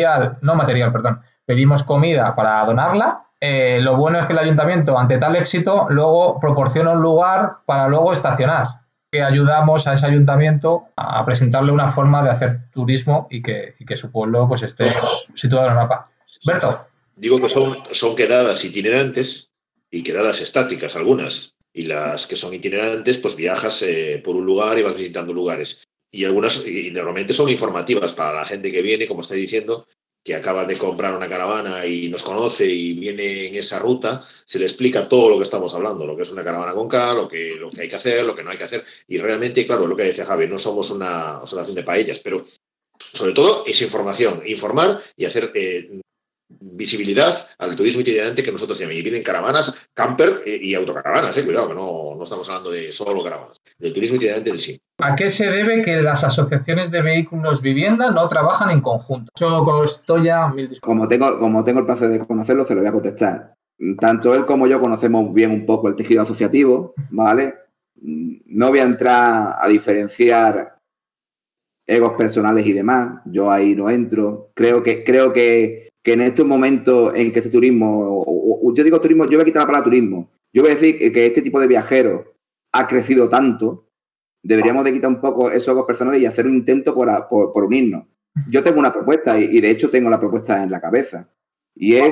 pedimos comida para donarla. Lo bueno es que el ayuntamiento, ante tal éxito, luego proporciona un lugar para luego estacionar. Que ayudamos a ese ayuntamiento a presentarle una forma de hacer turismo y que su pueblo pues esté situado en el mapa. Berto. Digo que son quedadas itinerantes y quedadas estáticas algunas. Y las que son itinerantes, pues viajas por un lugar y vas visitando lugares. Y algunas, y normalmente son informativas para la gente que viene, como estáis diciendo, que acaba de comprar una caravana y nos conoce y viene en esa ruta, se le explica todo lo que estamos hablando, lo que es una caravana con K, lo que hay que hacer, lo que no hay que hacer. Y realmente, claro, lo que decía Javi, no somos una asociación de paellas, pero sobre todo es información, informar y hacer visibilidad al turismo itinerante que nosotros llamamos. Y vienen caravanas, camper y autocaravanas, cuidado, que no estamos hablando de solo caravanas, del turismo itinerante del sí. ¿A qué se debe que las asociaciones de vehículos vivienda no trabajan en conjunto? Yo estoy ya como tengo el placer de conocerlo, se lo voy a contestar. Tanto él como yo conocemos bien un poco el tejido asociativo, ¿vale? No voy a entrar a diferenciar egos personales y demás. Yo ahí no entro. Creo que en estos momentos en que este turismo, yo digo turismo, yo voy a quitar la palabra turismo. Yo voy a decir que este tipo de viajeros ha crecido tanto, deberíamos de quitar un poco esos egos personales y hacer un intento por unirnos. Yo tengo una propuesta y de hecho tengo la propuesta en la cabeza. Y es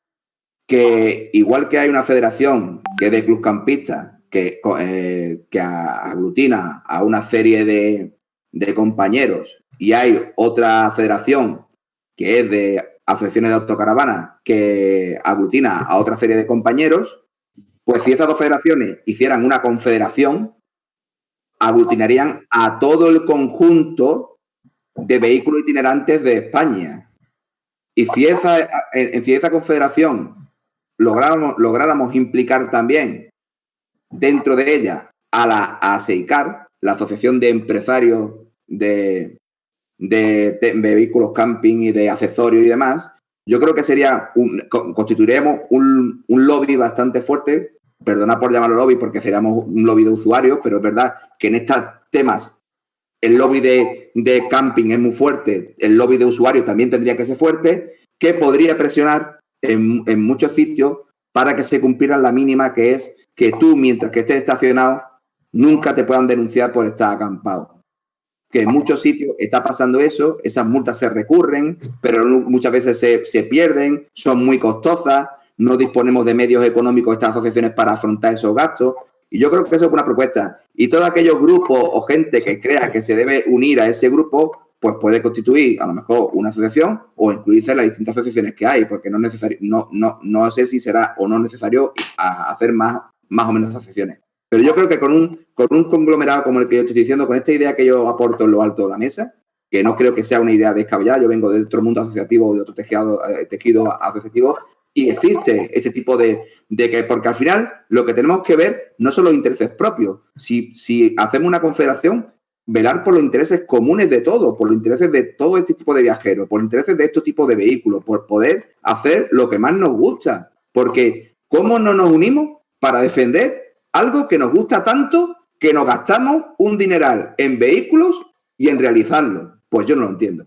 que igual que hay una federación que es de club campistas que aglutina a una serie de compañeros y hay otra federación que es de asociaciones de autocaravanas que aglutina a otra serie de compañeros, pues si esas dos federaciones hicieran una confederación, aglutinarían a todo el conjunto de vehículos itinerantes de España. Y si esa confederación lográramos implicar también dentro de ella a la ASEICAR, la Asociación de Empresarios de vehículos camping y de accesorios y demás, yo creo que constituiríamos un lobby bastante fuerte. Perdona por llamarlo lobby porque seríamos un lobby de usuarios, pero es verdad que en estos temas el lobby de camping es muy fuerte, el lobby de usuarios también tendría que ser fuerte, que podría presionar en muchos sitios para que se cumpliera la mínima, que es que tú, mientras que estés estacionado, nunca te puedan denunciar por estar acampado. Que en muchos sitios está pasando eso, esas multas se recurren, pero muchas veces se pierden, son muy costosas, no disponemos de medios económicos estas asociaciones para afrontar esos gastos. Y yo creo que eso es una propuesta. Y todos aquellos grupos o gente que crea que se debe unir a ese grupo, pues puede constituir a lo mejor una asociación o incluirse en las distintas asociaciones que hay, porque no es necesario, no sé si será o no necesario hacer más o menos asociaciones. Pero yo creo que con un conglomerado como el que yo estoy diciendo, con esta idea que yo aporto en lo alto de la mesa, que no creo que sea una idea descabellada, yo vengo de otro mundo asociativo, de otro tejido asociativo, y existe este tipo de que, porque al final lo que tenemos que ver no son los intereses propios. Si hacemos una confederación, velar por los intereses comunes de todos, por los intereses de todo este tipo de viajeros, por los intereses de estos tipos de vehículos, por poder hacer lo que más nos gusta. Porque ¿cómo no nos unimos para defender algo que nos gusta tanto que nos gastamos un dineral en vehículos y en realizarlo? Pues yo no lo entiendo.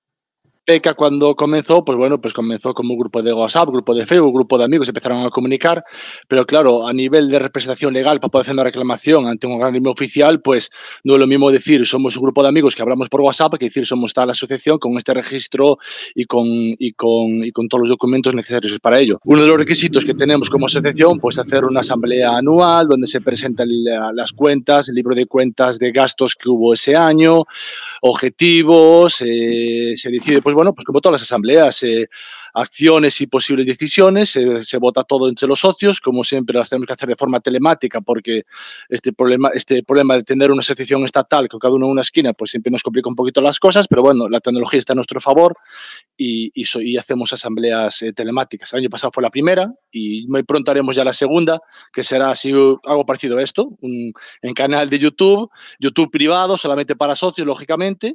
PECA cuando comenzó, pues bueno, pues comenzó como un grupo de WhatsApp, grupo de Facebook, grupo de amigos, empezaron a comunicar, pero claro, a nivel de representación legal para poder hacer una reclamación ante un organismo oficial, pues no es lo mismo decir somos un grupo de amigos que hablamos por WhatsApp que decir somos tal asociación con este registro y con todos los documentos necesarios para ello. Uno de los requisitos que tenemos como asociación, pues hacer una asamblea anual donde se presentan las cuentas, el libro de cuentas de gastos que hubo ese año, objetivos, se decide, pues bueno, pues como todas las asambleas, acciones y posibles decisiones, se vota todo entre los socios, como siempre las tenemos que hacer de forma telemática porque este problema de tener una asociación estatal con cada uno en una esquina, pues siempre nos complica un poquito las cosas, pero bueno, la tecnología está a nuestro favor y hacemos asambleas telemáticas. El año pasado fue la primera y muy pronto haremos ya la segunda, que será así algo parecido a esto, en canal de YouTube privado, solamente para socios, lógicamente,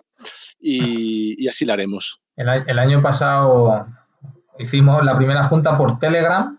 y así la haremos. El año pasado hicimos la primera junta por Telegram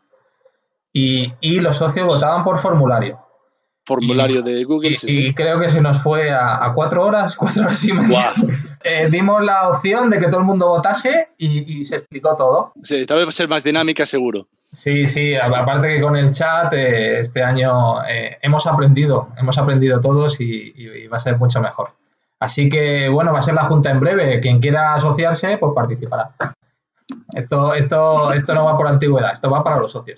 y los socios votaban por formulario. Formulario de Google. Y creo que se nos fue a 4 horas y media. Wow. Dimos la opción de que todo el mundo votase y se explicó todo. Sí, tal vez va a ser más dinámica, seguro. Sí, aparte que con el chat este año hemos aprendido todos y va a ser mucho mejor. Así que, bueno, va a ser la junta en breve. Quien quiera asociarse, pues participará. Esto no va por antigüedad, esto va para los socios.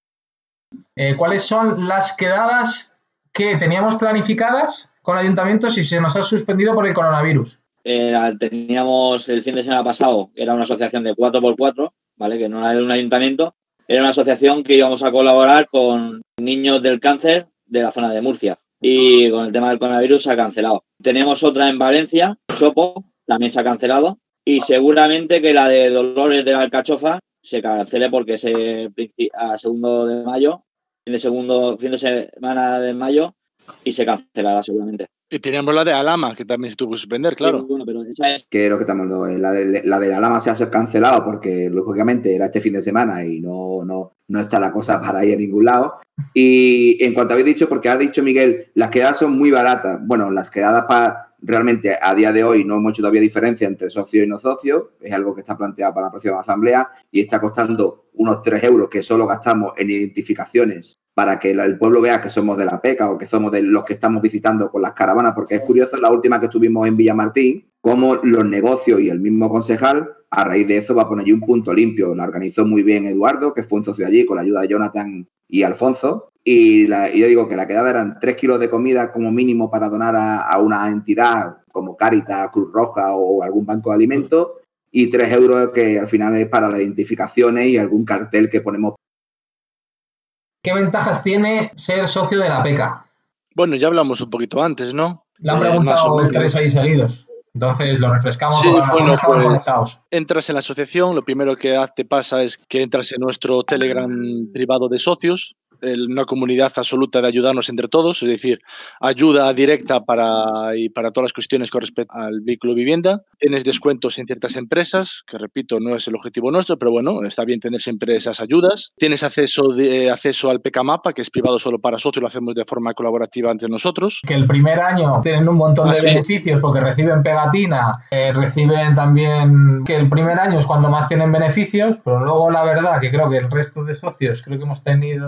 ¿Cuáles son las quedadas que teníamos planificadas con ayuntamientos y se nos ha suspendido por el coronavirus? Teníamos el fin de semana pasado, era una asociación de 4x4, ¿vale? Que no era de un ayuntamiento. Era una asociación que íbamos a colaborar con niños del cáncer de la zona de Murcia. Y con el tema del coronavirus se ha cancelado. Teníamos otra en Valencia, Chopo, también se ha cancelado. Y seguramente que la de Dolores de la Alcachofa se cancele porque es a 2 de mayo, fin de semana de mayo, y se cancelará seguramente. Y teníamos la de Alhama, que también se tuvo que suspender, claro. Sí, bueno, pero esa es... Que es lo que estamos hablando. La de Alhama se ha cancelado porque, lógicamente, era este fin de semana y no está la cosa para ir a ningún lado. Y en cuanto habéis dicho, porque ha dicho Miguel, las quedadas son muy baratas. Bueno, las quedadas realmente a día de hoy no hemos hecho todavía diferencia entre socios y no socios. Es algo que está planteado para la próxima asamblea y está costando unos 3 euros que solo gastamos en identificaciones para que el pueblo vea que somos de la PECA o que somos de los que estamos visitando con las caravanas, porque es curioso, la última que estuvimos en Villamartín, cómo los negocios y el mismo concejal, a raíz de eso, va a poner allí un punto limpio. La organizó muy bien Eduardo, que fue un socio allí, con la ayuda de Jonathan y Alfonso, y yo digo que la quedada eran 3 kilos de comida como mínimo para donar a una entidad como Cáritas, Cruz Roja o algún banco de alimentos, y 3 euros que al final es para las identificaciones y algún cartel que ponemos. ¿Qué ventajas tiene ser socio de la PECA? Bueno, ya hablamos un poquito antes, ¿no? Le han preguntado 3 ahí seguidos. Entonces lo refrescamos porque a lo mejor no estaban conectados. Entras en la asociación, lo primero que te pasa es que entras en nuestro Telegram privado de socios, una comunidad absoluta de ayudarnos entre todos, es decir, ayuda directa para todas las cuestiones con respecto al vehículo vivienda. Tienes descuentos en ciertas empresas, que repito, no es el objetivo nuestro, pero bueno, está bien tener siempre esas ayudas. Tienes acceso al PECA Mapa, que es privado solo para socios, lo hacemos de forma colaborativa entre nosotros. Que el primer año tienen un montón de beneficios porque reciben pegatina, reciben también que el primer año es cuando más tienen beneficios, pero luego la verdad que creo que el resto de socios creo que hemos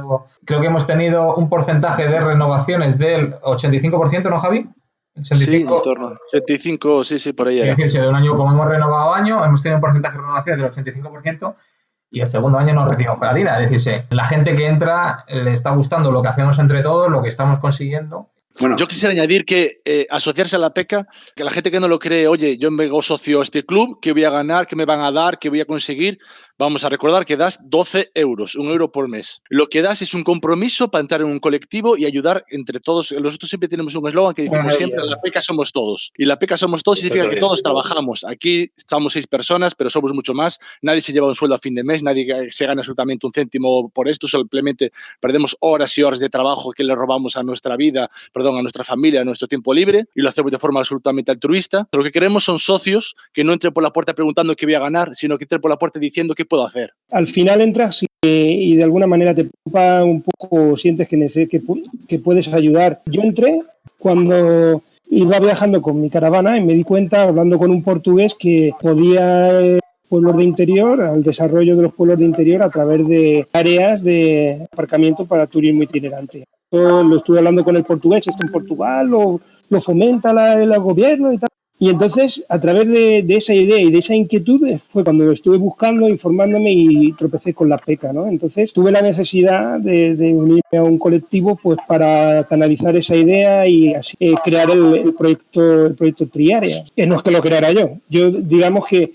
tenido un porcentaje de renovaciones del 85%, ¿no, Javi? 85, sí, en torno a 75, sí, por ahí era. Es decir, si de un año, como hemos renovado año, hemos tenido un porcentaje de renovación del 85% y el segundo año no recibimos pegatina. Es decir, la gente que entra le está gustando lo que hacemos entre todos, lo que estamos consiguiendo. Bueno, yo quisiera añadir que asociarse a la PECA, que la gente que no lo cree, oye, yo me hago socio a este club, ¿qué voy a ganar? ¿Qué me van a dar? ¿Qué voy a conseguir? Vamos a recordar que das 12 euros, 1 euro por mes. Lo que das es un compromiso para entrar en un colectivo y ayudar entre todos. Nosotros siempre tenemos un eslogan que decimos siempre, la PECA somos todos. Y la PECA somos todos significa que todos trabajamos. Aquí estamos 6 personas, pero somos mucho más. Nadie se lleva un sueldo a fin de mes, nadie se gana absolutamente un céntimo por esto. Simplemente perdemos horas y horas de trabajo que le robamos a nuestra vida, a nuestra familia, a nuestro tiempo libre, y lo hacemos de forma absolutamente altruista. Pero lo que queremos son socios que no entren por la puerta preguntando qué voy a ganar, sino que entren por la puerta diciendo qué puedo hacer. Al final entras y de alguna manera te preocupa un poco, sientes que puedes ayudar. Yo entré cuando iba viajando con mi caravana y me di cuenta, hablando con un portugués, que podía pueblos de interior, al desarrollo de los pueblos de interior a través de áreas de aparcamiento para turismo itinerante. Yo lo estuve hablando con el portugués, esto en Portugal lo fomenta el gobierno y tal. Y entonces, a través de esa idea y de esa inquietud, fue cuando estuve buscando, informándome y tropecé con la PECA, ¿no? Entonces, tuve la necesidad de unirme a un colectivo pues para canalizar esa idea y así crear el proyecto Triárea. No es que lo creara yo. Yo, digamos que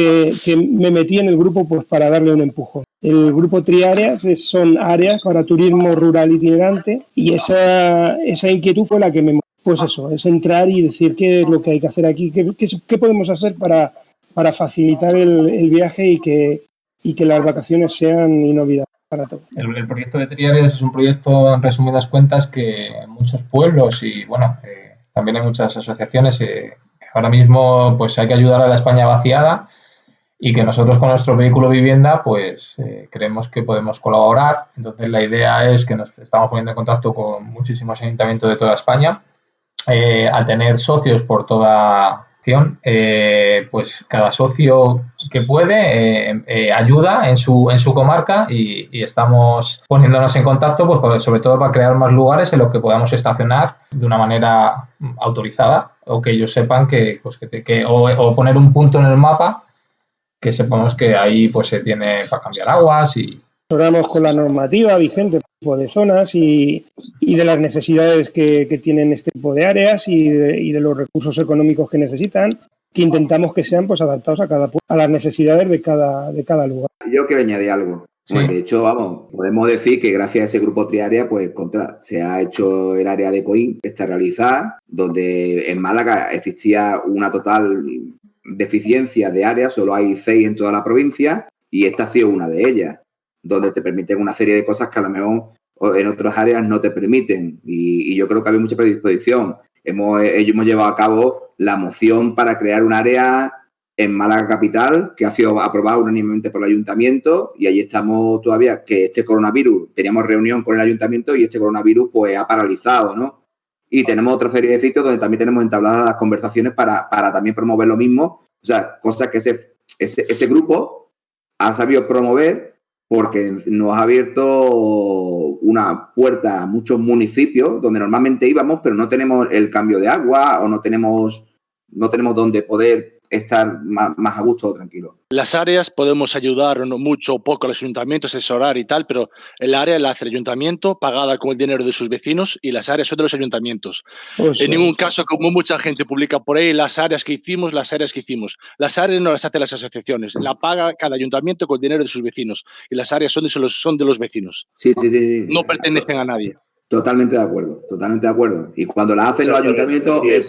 me metí en el grupo pues para darle un empujón. El grupo Triáreas son áreas para turismo rural itinerante y esa inquietud fue la que me... Pues eso, es entrar y decir qué es lo que hay que hacer aquí, qué podemos hacer para facilitar el viaje y que las vacaciones sean inolvidables para todos. El proyecto de Triáreas es un proyecto, en resumidas cuentas, que en muchos pueblos y bueno, también hay muchas asociaciones que ahora mismo pues hay que ayudar a la España vaciada y que nosotros con nuestro vehículo vivienda pues creemos que podemos colaborar. Entonces la idea es que nos estamos poniendo en contacto con muchísimos ayuntamientos de toda España. Al tener socios por toda acción, pues cada socio que puede ayuda en su comarca y estamos poniéndonos en contacto pues sobre todo para crear más lugares en los que podamos estacionar de una manera autorizada o que ellos sepan o poner un punto en el mapa que sepamos que ahí pues se tiene para cambiar aguas y hablamos con la normativa vigente de zonas y de las necesidades que tienen este tipo de áreas y de los recursos económicos que necesitan, que intentamos que sean pues adaptados a las necesidades de cada lugar. Yo quiero añadir algo. Sí. Bueno, de hecho, podemos decir que gracias a ese grupo Triárea pues se ha hecho el área de Coín, que está realizada, donde en Málaga existía una total deficiencia de áreas, solo hay 6 en toda la provincia y esta ha sido una de ellas, donde te permiten una serie de cosas que a lo mejor en otras áreas no te permiten. Y yo creo que había mucha predisposición. Hemos llevado a cabo la moción para crear un área en Málaga Capital, que ha sido aprobada unánimemente por el ayuntamiento, y ahí estamos todavía, que este coronavirus, teníamos reunión con el ayuntamiento y este coronavirus pues ha paralizado, ¿no? Y tenemos otra serie de sitios donde también tenemos entabladas las conversaciones para también promover lo mismo. O sea, cosas que ese grupo ha sabido promover porque nos ha abierto una puerta a muchos municipios donde normalmente íbamos, pero no tenemos el cambio de agua o no tenemos dónde poder estar más a gusto o tranquilo. Las áreas podemos ayudar mucho o poco a los ayuntamientos, asesorar y tal, pero el área la hace el ayuntamiento pagada con el dinero de sus vecinos y las áreas son de los ayuntamientos. En ningún caso, como mucha gente publica por ahí, las áreas que hicimos. Las áreas no las hacen las asociaciones, la paga cada ayuntamiento con el dinero de sus vecinos y las áreas son de los vecinos. Sí. No pertenecen a nadie. Totalmente de acuerdo. Y cuando las hacen los ayuntamientos es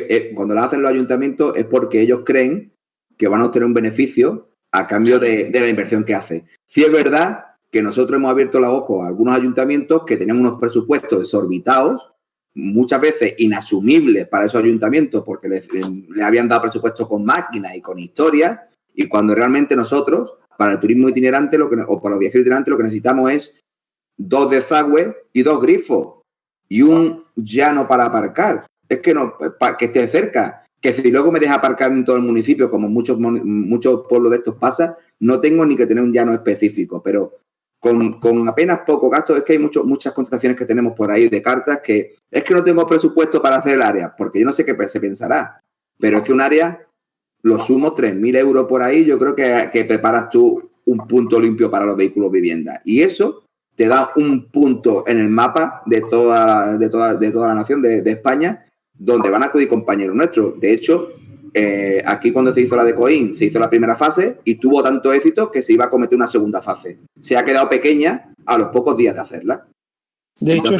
porque ellos creen que van a obtener un beneficio a cambio de la inversión que hace. Sí es verdad que nosotros hemos abierto los ojos a algunos ayuntamientos que tenían unos presupuestos exorbitados, muchas veces inasumibles para esos ayuntamientos porque le habían dado presupuestos con máquinas y con historias, y cuando realmente nosotros, para el turismo itinerante o para los viajeros itinerantes, lo que necesitamos es 2 desagües y 2 grifos y un llano para aparcar. Es que no, que esté cerca. Que si luego me deja aparcar en todo el municipio, como muchos pueblos de estos pasa, no tengo ni que tener un llano específico, pero con apenas poco gasto. Es que hay muchas contestaciones que tenemos por ahí de cartas que es que no tengo presupuesto para hacer el área, porque yo no sé qué se pensará, pero es que un área, lo sumo 3.000 euros por ahí, yo creo que preparas tú un punto limpio para los vehículos vivienda, y eso te da un punto en el mapa de toda la nación de España, donde van a acudir compañeros nuestros. De hecho, aquí cuando se hizo la de Coín, se hizo la primera fase y tuvo tanto éxito que se iba a cometer una segunda fase. Se ha quedado pequeña a los pocos días de hacerla. Entonces,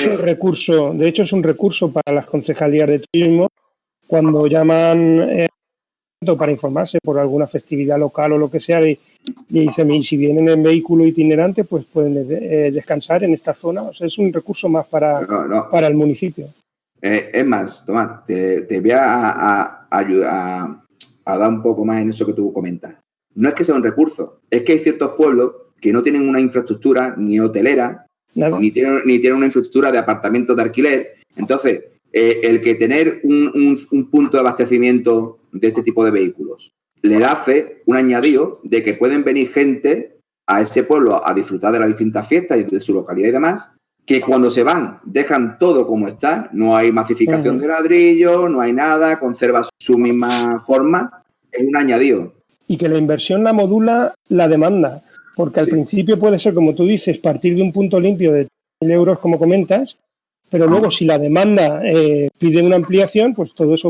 es un recurso para las concejalías de turismo cuando llaman para informarse por alguna festividad local o lo que sea, y dicen, y si vienen en vehículo itinerante, pues pueden descansar en esta zona. O sea, es un recurso más para el municipio. Es más, Tomás, te voy a ayudar a dar un poco más en eso que tú comentas. No es que sea un recurso, es que hay ciertos pueblos que no tienen una infraestructura ni hotelera, ni tienen una infraestructura de apartamentos de alquiler. Entonces, el que tener un punto de abastecimiento de este tipo de vehículos le hace un añadido de que pueden venir gente a ese pueblo a disfrutar de las distintas fiestas y de su localidad y demás, que cuando se van dejan todo como está, no hay masificación de ladrillo, no hay nada, conserva su misma forma, es un añadido. Y que la inversión la modula la demanda, porque al principio puede ser, como tú dices, partir de un punto limpio de 1.000 euros, como comentas, pero luego si la demanda pide una ampliación, pues todo eso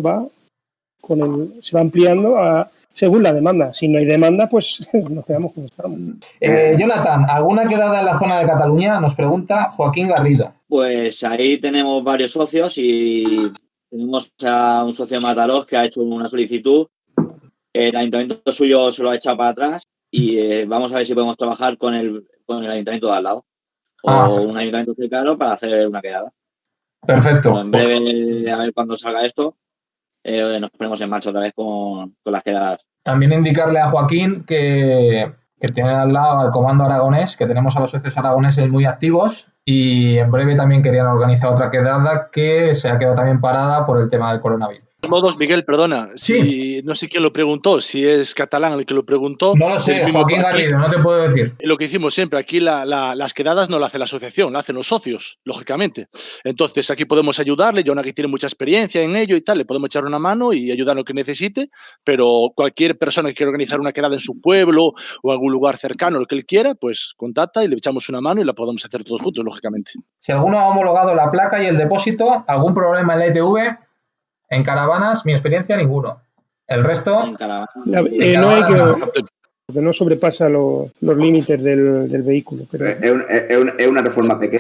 se va ampliando según la demanda. Si no hay demanda, pues nos quedamos como estamos. Jonathan, ¿alguna quedada en la zona de Cataluña? Nos pregunta Joaquín Garrido. Pues ahí tenemos varios socios y tenemos a un socio de Mataró que ha hecho una solicitud. El ayuntamiento suyo se lo ha echado para atrás y vamos a ver si podemos trabajar con el ayuntamiento de al lado o un ayuntamiento cercano para hacer una quedada. Perfecto. Pero en breve, a ver cuando salga esto, nos ponemos en marcha otra vez con las quedadas. También indicarle a Joaquín que tiene al lado al Comando Aragonés, que tenemos a los socios aragoneses muy activos, y en breve también querían organizar otra quedada que se ha quedado también parada por el tema del coronavirus. De todos modos, Miguel, perdona, sí. No sé quién lo preguntó, si es catalán el que lo preguntó. No lo sé, Joaquín Garrido, no te puedo decir. Lo que hicimos siempre, aquí las quedadas no las hace la asociación, las hacen los socios, lógicamente. Entonces, aquí podemos ayudarle, Jonah que tiene mucha experiencia en ello y tal, le podemos echar una mano y ayudar en lo que necesite, pero cualquier persona que quiera organizar una quedada en su pueblo o algún lugar cercano, lo que él quiera, pues contacta y le echamos una mano y la podemos hacer todos juntos, lógicamente. Si alguno ha homologado la placa y el depósito, ¿algún problema en la ITV? En caravanas, mi experiencia, ninguno. El resto... no hay que no sobrepasa los límites del vehículo. Pero es una reforma pequeña,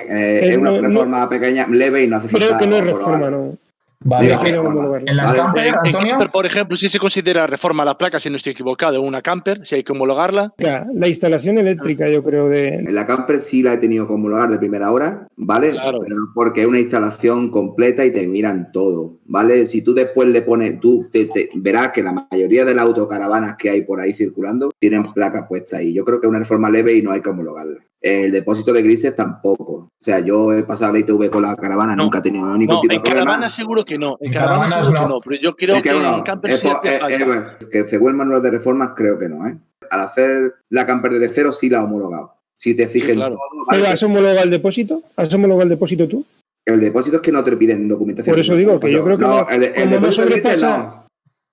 pequeña, leve y no hace falta... Creo que no es reforma, no. Vale, en las camper, Antonio. Camper, por ejemplo, si se considera reforma la placa, si no estoy equivocado, una camper, si hay que homologarla. La instalación eléctrica, yo creo, En la camper sí la he tenido que homologar de primera hora, ¿vale? Claro. Pero porque es una instalación completa y te miran todo, ¿vale? Si tú después le pones, tú verás que la mayoría de las autocaravanas que hay por ahí circulando tienen placas puestas ahí. Yo creo que es una reforma leve y no hay que homologarla. El depósito de grises tampoco. O sea, yo he pasado la ITV con la caravana, nunca he tenido ningún tipo de problema. En caravana seguro que no. En caravana seguro que no. Pero yo creo que en camper que según el manual de reformas, creo que no, ¿eh? Al hacer la camper desde cero, sí la he homologado. Si te fijas en todo. ¿Pero has homologado el depósito? ¿Has homologado el depósito tú? El depósito es que no te lo piden en documentación. Por eso digo que yo creo que el depósito de grises no.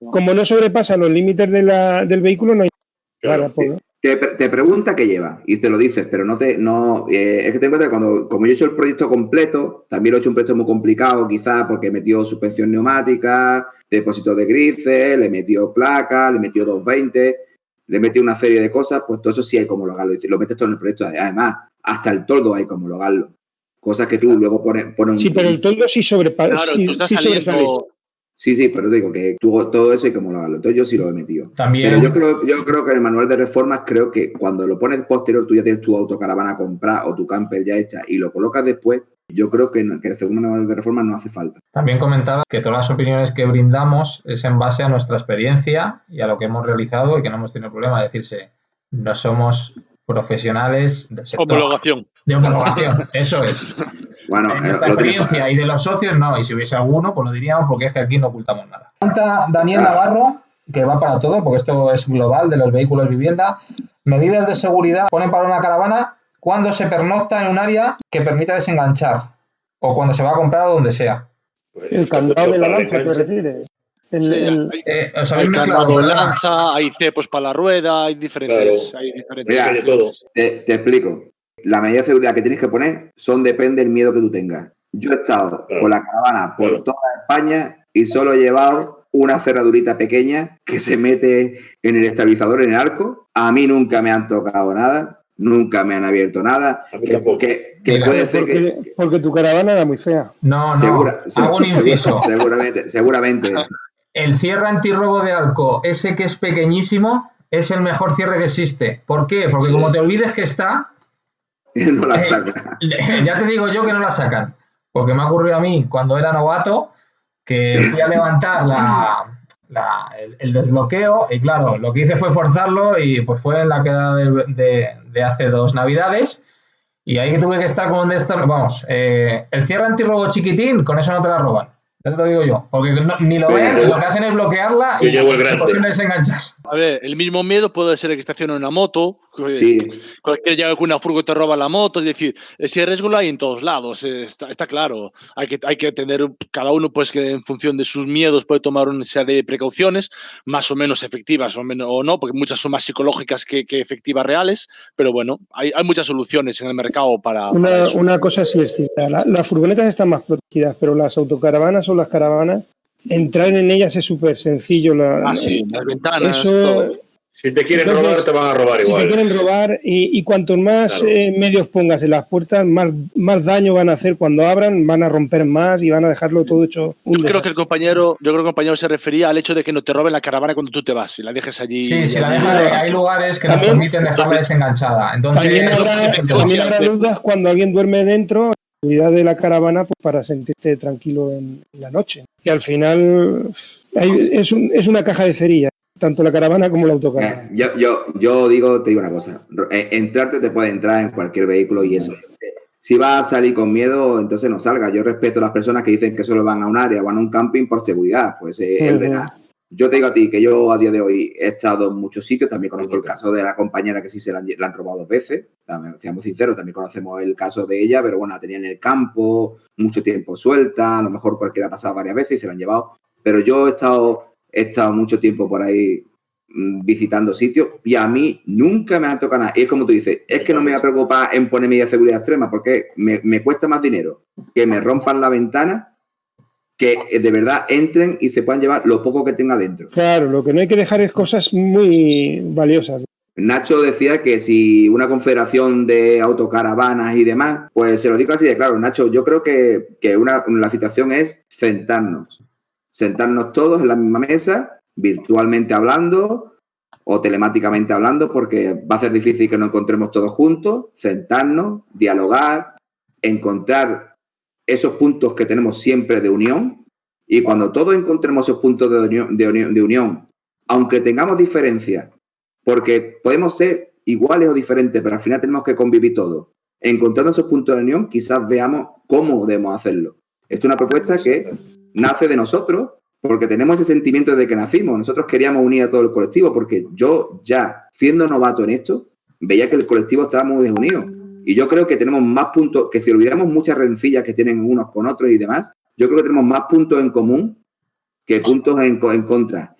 como no sobrepasa los límites del vehículo, no hay Claro. nada. Te pregunta qué lleva y te lo dices, pero es que ten en cuenta que como yo he hecho el proyecto completo, también lo he hecho un proyecto muy complicado, quizás porque metió suspensión neumática, depósitos de grises, le metió placas, le metió 220, le metió una serie de cosas, pues todo eso sí hay que homologarlo. Y lo metes todo en el proyecto. Además, hasta el toldo hay que homologarlo. Cosas que tú luego pones un... Sí, pero el toldo sí sobrepasa. Claro, Sí, tú estás sí sobresale. saliendo... Sí, pero te digo que todo eso hay que homologarlo. Entonces yo sí lo he metido. También, Pero yo creo que en el manual de reformas, creo que cuando lo pones posterior, tú ya tienes tu autocaravana comprada o tu camper ya hecha y lo colocas después, yo creo que el segundo manual de reformas no hace falta. también comentaba que todas las opiniones que brindamos es en base a nuestra experiencia y a lo que hemos realizado y que no hemos tenido problema de decirse, no somos profesionales del sector. Homologación. De homologación, eso es. Bueno, De nuestra experiencia y de los socios no, y si hubiese alguno, pues lo diríamos porque es que aquí no ocultamos nada. Pregunta Daniel Navarro, que va para todo, porque esto es global de los vehículos vivienda. Medidas de seguridad ponen para una caravana cuando se pernocta en un área que permita desenganchar o cuando se va a comprar a donde sea. Pues, El candado de la para lanza, ¿te enganche. refieres? Os Hay habéis mezclado. candado de lanza, hay cepos para la rueda, hay diferentes... Claro. Hay diferentes Mira, Hay de todo. te explico. La medida de seguridad que tienes que poner depende del miedo que tú tengas. Yo he estado Claro. con la caravana por Claro. toda España y solo he llevado una cerradurita pequeña que se mete en el estabilizador, en el arco. A mí nunca me han tocado nada, nunca me han abierto nada. A mí tampoco. Que Mira, puede ser que... Porque tu caravana era muy fea. No, hago un inciso. Seguramente. El cierre antirrobo de Alco, ese que es pequeñísimo, es el mejor cierre que existe. ¿Por qué? Porque Sí. como te olvides que está, No la saca. ya te digo yo que no la sacan. Porque me ha ocurrido a mí cuando era novato que fui a levantar el desbloqueo y claro, lo que hice fue forzarlo y pues fue en la queda de hace 2 navidades y ahí tuve que estar como de esto, vamos, el cierre antirrobo chiquitín, con eso no te la roban. Ya te lo digo yo, porque ni lo ven, y lo que hacen es bloquearla Yo y llevo el es grande. imposible desenganchar. A ver, el mismo miedo puede ser que estacione una moto, Sí. cualquier llega con una furgo y te roba la moto, es decir, ese riesgo lo hay en todos lados, está claro. Hay que tener, cada uno pues que en función de sus miedos puede tomar una serie de precauciones, más o menos efectivas o no, porque muchas son más psicológicas que efectivas reales, pero bueno, hay muchas soluciones en el mercado para eso. Una cosa sí es cierta, las furgonetas están más protegidas, pero las autocaravanas o las caravanas, entrar en ellas es súper sencillo. Sí, las ventanas, eso, todo. Si te quieren Entonces, robar, te van a robar si igual. te quieren robar y cuantos más Claro. medios pongas en las puertas, más daño van a hacer cuando abran, van a romper más y van a dejarlo todo hecho un Yo creo que el desastre. compañero se refería al hecho de que no te roben la caravana cuando tú te vas y la dejes allí. Sí, si la allí. dejan, hay lugares que nos También- permiten dejarla desenganchada. Entonces, También habrá dudas cuando alguien duerme dentro, la seguridad de la caravana, pues para sentirte tranquilo en la noche. Y al final es una caja de cerillas, tanto la caravana como la autocaravana. Yo te digo una cosa. Entrarte te puede entrar en cualquier vehículo y eso. Si vas a salir con miedo, entonces no salgas. Yo respeto a las personas que dicen que solo van a un área, van a un camping por seguridad. Pues él verá. Yo te digo a ti que yo a día de hoy he estado en muchos sitios. También conozco el caso de la compañera que sí se la han robado 2 veces. Seamos sinceros, también conocemos el caso de ella, pero bueno, la tenía en el campo, mucho tiempo suelta. A lo mejor cualquiera ha pasado varias veces y se la han llevado. Pero yo he estado mucho tiempo por ahí visitando sitios y a mí nunca me han tocado nada. Y es como tú dices, es que no me voy a preocupar en poner medidas de seguridad extrema porque me cuesta más dinero que me rompan la ventana que de verdad entren y se puedan llevar lo poco que tenga dentro. Claro, lo que no hay que dejar es cosas muy valiosas. Nacho decía que si una confederación de autocaravanas y demás, pues se lo digo así de claro, Nacho, yo creo que la situación es sentarnos todos en la misma mesa, virtualmente hablando o telemáticamente hablando, porque va a ser difícil que nos encontremos todos juntos, sentarnos, dialogar, encontrar esos puntos que tenemos siempre de unión, y cuando todos encontremos esos puntos de unión, aunque tengamos diferencias, porque podemos ser iguales o diferentes, pero al final tenemos que convivir todos, encontrando esos puntos de unión, quizás veamos cómo debemos hacerlo. Esto es una propuesta que nace de nosotros, porque tenemos ese sentimiento desde que nacimos. Nosotros queríamos unir a todo el colectivo, porque yo ya, siendo novato en esto, veía que el colectivo estaba muy desunido. Y yo creo que tenemos más puntos, que si olvidamos muchas rencillas que tienen unos con otros y demás, yo creo que tenemos más puntos en común que puntos en contra.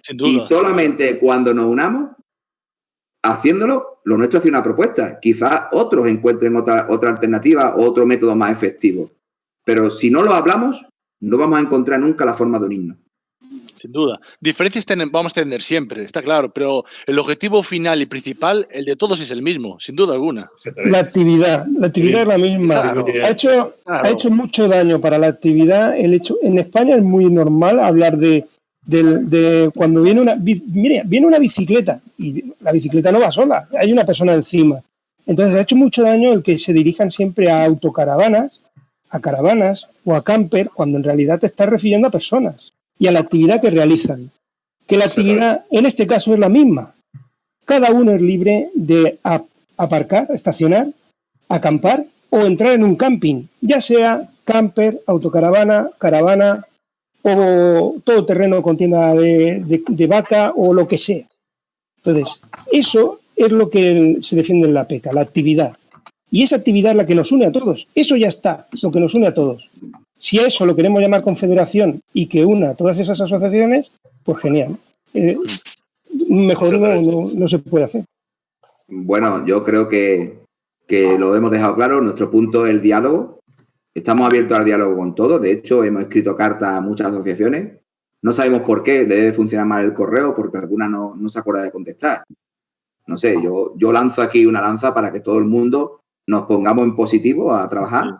Sin duda. Y solamente cuando nos unamos, haciéndolo, lo nuestro es una propuesta. Quizás otros encuentren otra alternativa o otro método más efectivo. Pero si no lo hablamos, no vamos a encontrar nunca la forma de unirnos. Sin duda. Diferencias vamos a tener siempre, está claro, pero el objetivo final y principal, el de todos, es el mismo, sin duda alguna. La actividad es la misma. Claro. Ha hecho mucho daño para la actividad. En España es muy normal hablar de cuando viene una bicicleta y la bicicleta no va sola, hay una persona encima. Entonces ha hecho mucho daño el que se dirijan siempre a autocaravanas, a caravanas o a camper, cuando en realidad te estás refiriendo a personas y a la actividad que realizan. Que la actividad en este caso es la misma. Cada uno es libre de aparcar, estacionar, acampar o entrar en un camping, ya sea camper, autocaravana, caravana o todo terreno con tienda de vaca o lo que sea. Entonces, eso es lo que se defiende en la PECA, la actividad. Y esa actividad es la que nos une a todos. Eso ya está, lo que nos une a todos. Si a eso lo queremos llamar confederación y que una a todas esas asociaciones, pues genial. Mejor no se puede hacer. Bueno, yo creo que lo hemos dejado claro. Nuestro punto es el diálogo. Estamos abiertos al diálogo con todos. De hecho, hemos escrito cartas a muchas asociaciones. No sabemos por qué. Debe funcionar mal el correo porque alguna no se acuerda de contestar. No sé, yo lanzo aquí una lanza para que todo el mundo nos pongamos en positivo a trabajar.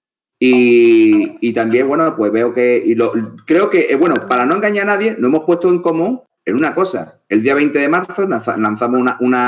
Y también, bueno, pues veo que... creo que, bueno, para no engañar a nadie, nos hemos puesto en común en una cosa. El día 20 de marzo lanzamos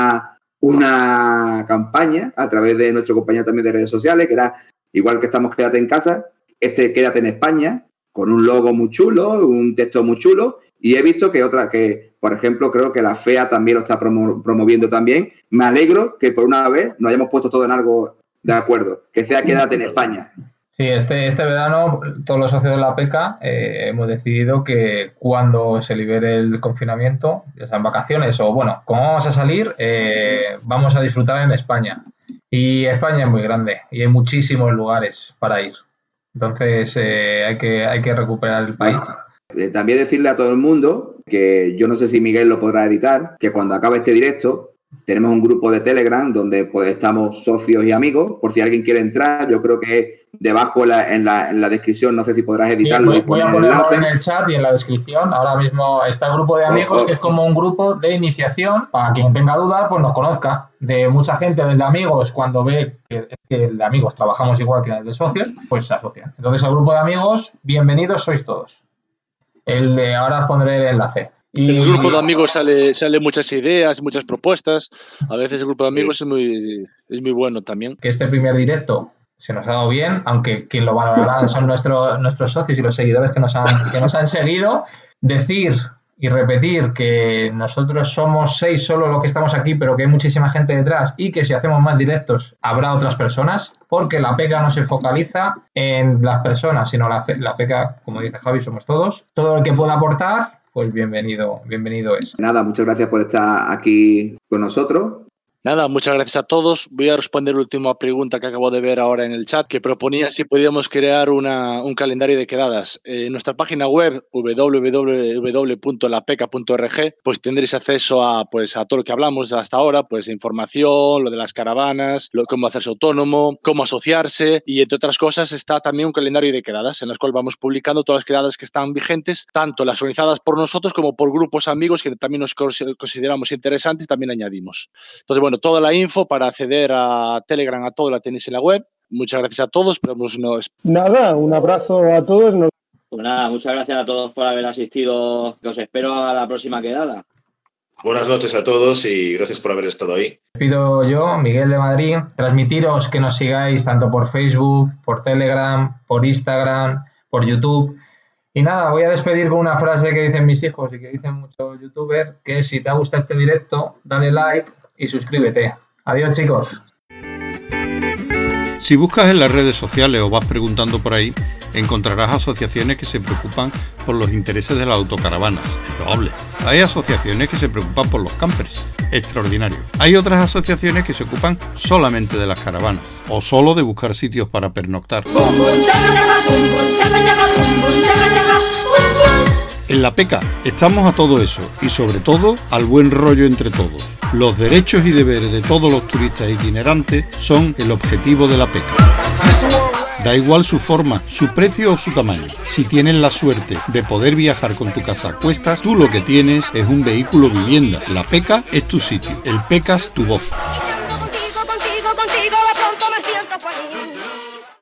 una campaña a través de nuestro compañero también de redes sociales, que era igual que estamos Quédate en casa, Quédate en España, con un logo muy chulo, un texto muy chulo, y he visto que por ejemplo, creo que la FEA también lo está promoviendo también. Me alegro que por una vez nos hayamos puesto todo en algo de acuerdo, que sea Quédate en España. Sí, este verano todos los socios de la PECA hemos decidido que cuando se libere el confinamiento, ya sean vacaciones o bueno, como vamos a salir, vamos a disfrutar en España. Y España es muy grande y hay muchísimos lugares para ir. Entonces hay que recuperar el país. Bueno, también decirle a todo el mundo que yo no sé si Miguel lo podrá editar, que cuando acabe este directo tenemos un grupo de Telegram donde pues estamos socios y amigos. Por si alguien quiere entrar, yo creo que debajo en la descripción, no sé si podrás editarlo. Sí, voy a ponerlo en el chat y en la descripción. Ahora mismo está el grupo de amigos, que es como un grupo de iniciación. Para quien tenga dudas, pues nos conozca. De mucha gente de amigos, cuando ve que el de amigos trabajamos igual que el de socios, pues se asocian. Entonces, el grupo de amigos, bienvenidos sois todos. Ahora os pondré el enlace. En el grupo de amigos sale muchas ideas, muchas propuestas. A veces el grupo de amigos es muy bueno también. Que este primer directo se nos ha dado bien, aunque quien lo valorará son nuestros socios y los seguidores que nos han seguido. Decir y repetir que nosotros somos 6 solo los que estamos aquí, pero que hay muchísima gente detrás y que si hacemos más directos habrá otras personas, porque la PECA no se focaliza en las personas, sino la PECA, como dice Javi, somos todos. Todo el que pueda aportar, pues bienvenido es. Nada, muchas gracias por estar aquí con nosotros. Nada, muchas gracias a todos. Voy a responder la última pregunta que acabo de ver ahora en el chat, que proponía si podíamos crear un calendario de quedadas. En nuestra página web, www.lapeca.org, pues tendréis acceso a todo lo que hablamos hasta ahora, pues información, lo de las caravanas, cómo hacerse autónomo, cómo asociarse, y entre otras cosas está también un calendario de quedadas en las cuales vamos publicando todas las quedadas que están vigentes, tanto las organizadas por nosotros como por grupos amigos que también nos consideramos interesantes y también añadimos. Entonces, bueno, toda la info para acceder a Telegram, a todo la tenéis en la web. Muchas gracias a todos. Nada, un abrazo a todos. Pues nada, muchas gracias a todos por haber asistido. Que os espero a la próxima quedada. Buenas noches a todos y gracias por haber estado ahí. Pido yo, Miguel de Madrid, transmitiros que nos sigáis tanto por Facebook, por Telegram, por Instagram, por YouTube. Y nada, voy a despedir con una frase que dicen mis hijos y que dicen muchos youtubers, que es: si te ha gustado este directo, dale like y suscríbete. Adiós, chicos. Si buscas en las redes sociales o vas preguntando por ahí, encontrarás asociaciones que se preocupan por los intereses de las autocaravanas. Es loable. Hay asociaciones que se preocupan por los campers. Extraordinario. Hay otras asociaciones que se ocupan solamente de las caravanas o solo de buscar sitios para pernoctar. En la PECA estamos a todo eso y sobre todo al buen rollo entre todos. Los derechos y deberes de todos los turistas itinerantes son el objetivo de la PECA. Da igual su forma, su precio o su tamaño. Si tienes la suerte de poder viajar con tu casa a cuestas, tú lo que tienes es un vehículo vivienda. La PECA es tu sitio. El PECA es tu voz. Contigo, pronto me siento feliz.